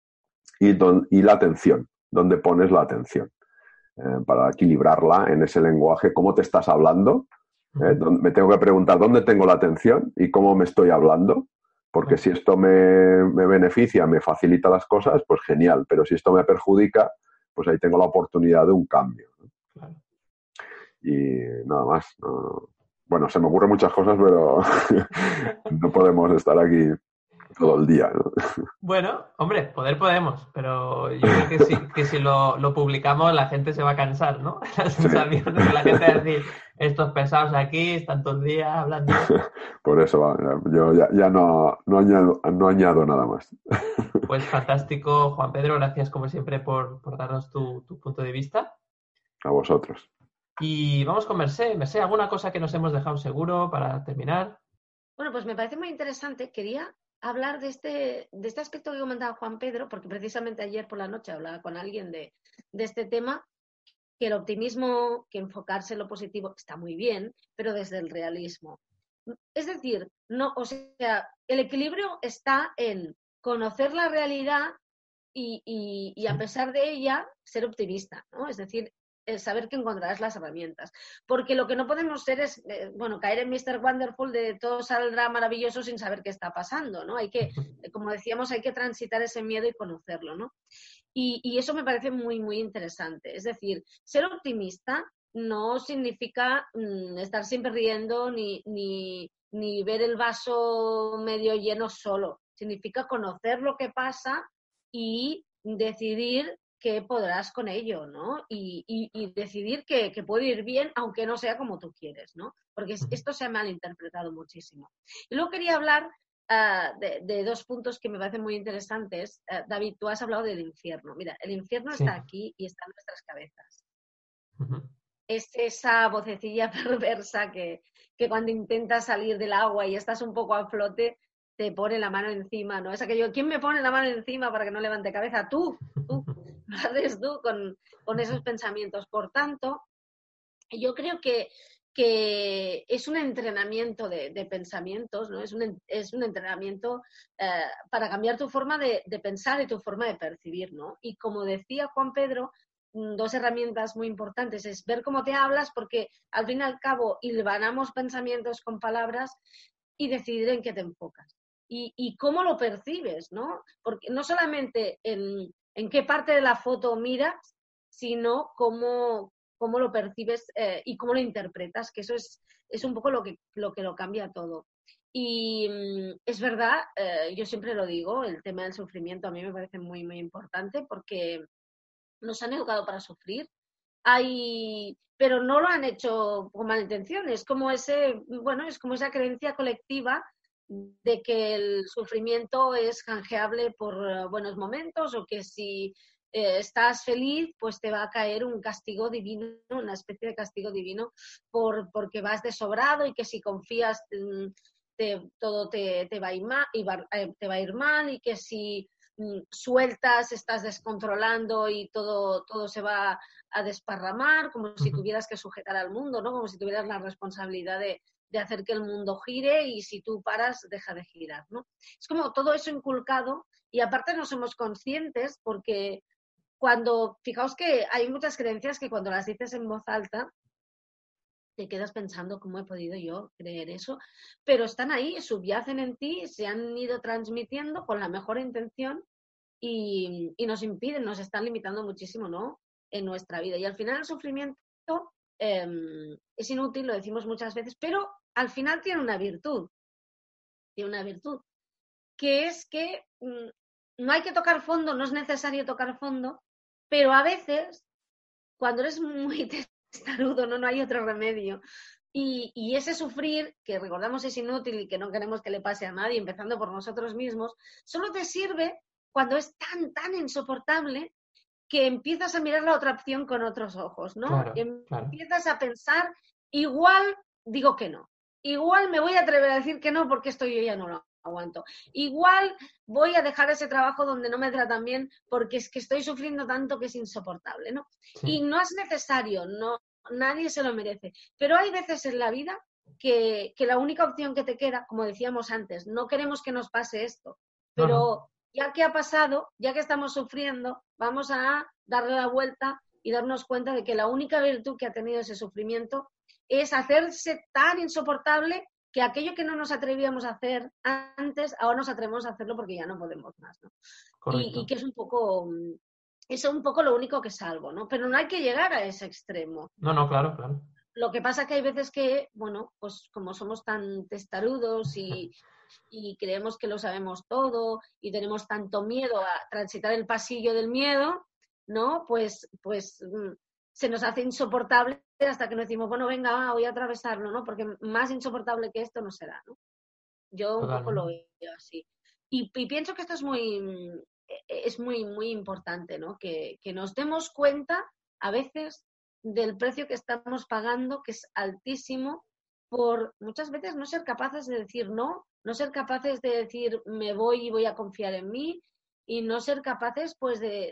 y la atención, dónde pones la atención. Para equilibrarla en ese lenguaje, cómo te estás hablando. Me tengo que preguntar dónde tengo la atención y cómo me estoy hablando. Porque si esto me beneficia, me facilita las cosas, pues genial. Pero si esto me perjudica, pues ahí tengo la oportunidad de un cambio, ¿no? Claro. Y nada más. No. Bueno, se me ocurren muchas cosas, pero no podemos estar aquí todo el día, ¿no? Bueno, hombre, podemos, pero yo creo que si lo publicamos la gente se va a cansar, ¿no? La sensación de que la gente va a decir, estos pesados aquí están todo el día hablando. Por eso yo ya no añado nada más. Pues fantástico, Juan Pedro, gracias como siempre por darnos tu punto de vista. A vosotros. Y vamos con Mercé. Mercé, ¿alguna cosa que nos hemos dejado seguro para terminar? Bueno, pues me parece muy interesante. Quería hablar de este aspecto que comentaba Juan Pedro, porque precisamente ayer por la noche hablaba con alguien de este tema, que el optimismo, que enfocarse en lo positivo está muy bien, pero desde el realismo. Es decir, el equilibrio está en conocer la realidad y a pesar de ella ser optimista, ¿no? Es decir, el saber que encontrarás las herramientas. Porque lo que no podemos ser es, caer en Mr. Wonderful de todo saldrá maravilloso sin saber qué está pasando, ¿no? Hay que, como decíamos, hay que transitar ese miedo y conocerlo, ¿no? Y eso me parece muy, muy interesante. Es decir, ser optimista no significa estar siempre riendo ni ver el vaso medio lleno solo. Significa conocer lo que pasa y decidir qué podrás con ello, ¿no? Y decidir que puede ir bien, aunque no sea como tú quieres, ¿no? Porque esto se ha malinterpretado muchísimo. Y luego quería hablar de dos puntos que me parecen muy interesantes. David, tú has hablado del infierno. Mira, el infierno está aquí y está en nuestras cabezas. Es esa vocecilla perversa que cuando intentas salir del agua y estás un poco a flote, te pone la mano encima, ¿no? Es aquello, ¿quién me pone la mano encima para que no levante cabeza? Tú, lo haces tú con esos pensamientos. Por tanto, yo creo que es un entrenamiento de pensamientos, ¿no? Es un entrenamiento para cambiar tu forma de pensar y tu forma de percibir, ¿no? Y como decía Juan Pedro, dos herramientas muy importantes es ver cómo te hablas, porque al fin y al cabo hilvanamos pensamientos con palabras, y decidir en qué te enfocas y cómo lo percibes, ¿no? Porque no solamente en qué parte de la foto miras, sino cómo lo percibes y cómo lo interpretas, que eso es un poco lo que lo cambia todo. Y es verdad, yo siempre lo digo, el tema del sufrimiento a mí me parece muy, muy importante porque nos han educado para sufrir, pero no lo han hecho con mala intención. Es como es como esa creencia colectiva de que el sufrimiento es canjeable por buenos momentos, o que si estás feliz, pues te va a caer un castigo divino, una especie de castigo divino porque vas de sobrado, y que si confías todo te va a ir mal, te va a ir mal, y que si sueltas estás descontrolando y todo se va a desparramar, como si tuvieras que sujetar al mundo, ¿no? Como si tuvieras la responsabilidad de hacer que el mundo gire, y si tú paras, deja de girar, ¿no? Es como todo eso inculcado, y aparte no somos conscientes porque fijaos que hay muchas creencias que cuando las dices en voz alta te quedas pensando cómo he podido yo creer eso, pero están ahí, subyacen en ti, se han ido transmitiendo con la mejor intención y nos impiden, nos están limitando muchísimo, ¿no? En nuestra vida. Y al final el sufrimiento es inútil, lo decimos muchas veces, pero al final tiene una virtud, que es que no hay que tocar fondo, no es necesario tocar fondo, pero a veces, cuando eres muy testarudo, no hay otro remedio. Y ese sufrir, que recordamos es inútil y que no queremos que le pase a nadie, empezando por nosotros mismos, solo te sirve cuando es tan insoportable que empiezas a mirar la otra opción con otros ojos, ¿no? Claro. Empiezas a pensar, igual digo que no, igual me voy a atrever a decir que no porque esto yo ya no lo aguanto, igual voy a dejar ese trabajo donde no me tratan bien porque es que estoy sufriendo tanto que es insoportable, ¿no? Sí. Y no es necesario, no, nadie se lo merece, pero hay veces en la vida que la única opción que te queda, como decíamos antes, no queremos que nos pase esto, pero ya que ha pasado, ya que estamos sufriendo, vamos a darle la vuelta y darnos cuenta de que la única virtud que ha tenido ese sufrimiento es hacerse tan insoportable que aquello que no nos atrevíamos a hacer antes, ahora nos atrevemos a hacerlo porque ya no podemos más, ¿no? Y que es un poco lo único que salvo, ¿no? Pero no hay que llegar a ese extremo. No, claro. Lo que pasa es que hay veces que, bueno, pues como somos tan testarudos y creemos que lo sabemos todo y tenemos tanto miedo a transitar el pasillo del miedo, ¿no? Pues se nos hace insoportable hasta que nos decimos, bueno, venga, voy a atravesarlo, ¿no? Porque más insoportable que esto no será, ¿no? Yo un poco lo veo así. Y pienso que esto es muy, muy importante, ¿no? Que nos demos cuenta a veces del precio que estamos pagando, que es altísimo, por muchas veces no ser capaces de decir no ser capaces de decir me voy y voy a confiar en mí, y no ser capaces pues de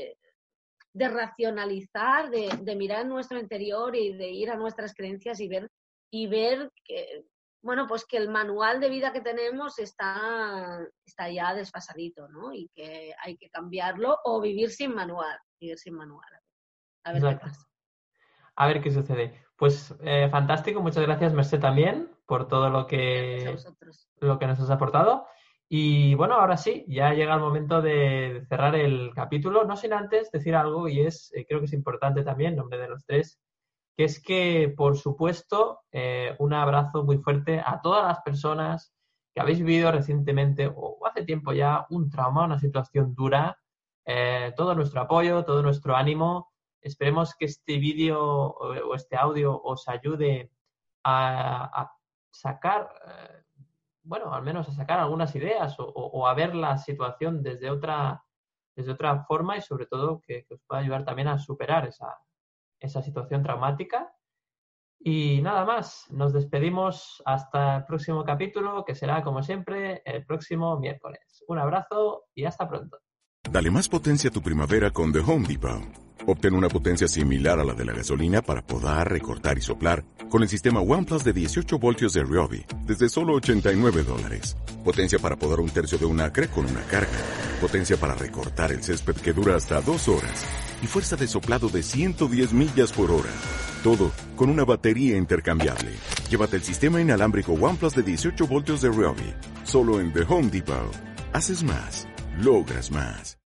racionalizar, de mirar en nuestro interior y de ir a nuestras creencias y ver que, bueno, pues que el manual de vida que tenemos está ya desfasadito, ¿no? Y que hay que cambiarlo o vivir sin manual. A ver qué pasa. a ver qué sucede. Pues fantástico, muchas gracias, Mercè, también por todo lo Gracias a que vosotros. nos has aportado. Y bueno, ahora sí, ya llega el momento de cerrar el capítulo, no sin antes decir algo, y creo que es importante también, en nombre de los tres, que es que, por supuesto, un abrazo muy fuerte a todas las personas que habéis vivido recientemente o hace tiempo ya un trauma, una situación dura. Todo nuestro apoyo, todo nuestro ánimo. Esperemos que este vídeo o este audio os ayude a sacar, bueno, al menos a sacar algunas ideas o a ver la situación desde otra forma y sobre todo que os pueda ayudar también a superar esa situación traumática. Y nada más, nos despedimos hasta el próximo capítulo, que será como siempre el próximo miércoles. Un abrazo y hasta pronto. Dale más potencia a tu primavera con The Home Depot. Obtén una potencia similar a la de la gasolina para podar, recortar y soplar con el sistema OnePlus de 18 voltios de Ryobi desde solo $89. Potencia para podar un tercio de un acre con una carga. Potencia para recortar el césped que dura hasta 2 horas. Y fuerza de soplado de 110 millas por hora. Todo con una batería intercambiable. Llévate el sistema inalámbrico OnePlus de 18 voltios de Ryobi. Solo en The Home Depot. Haces más. Logras más.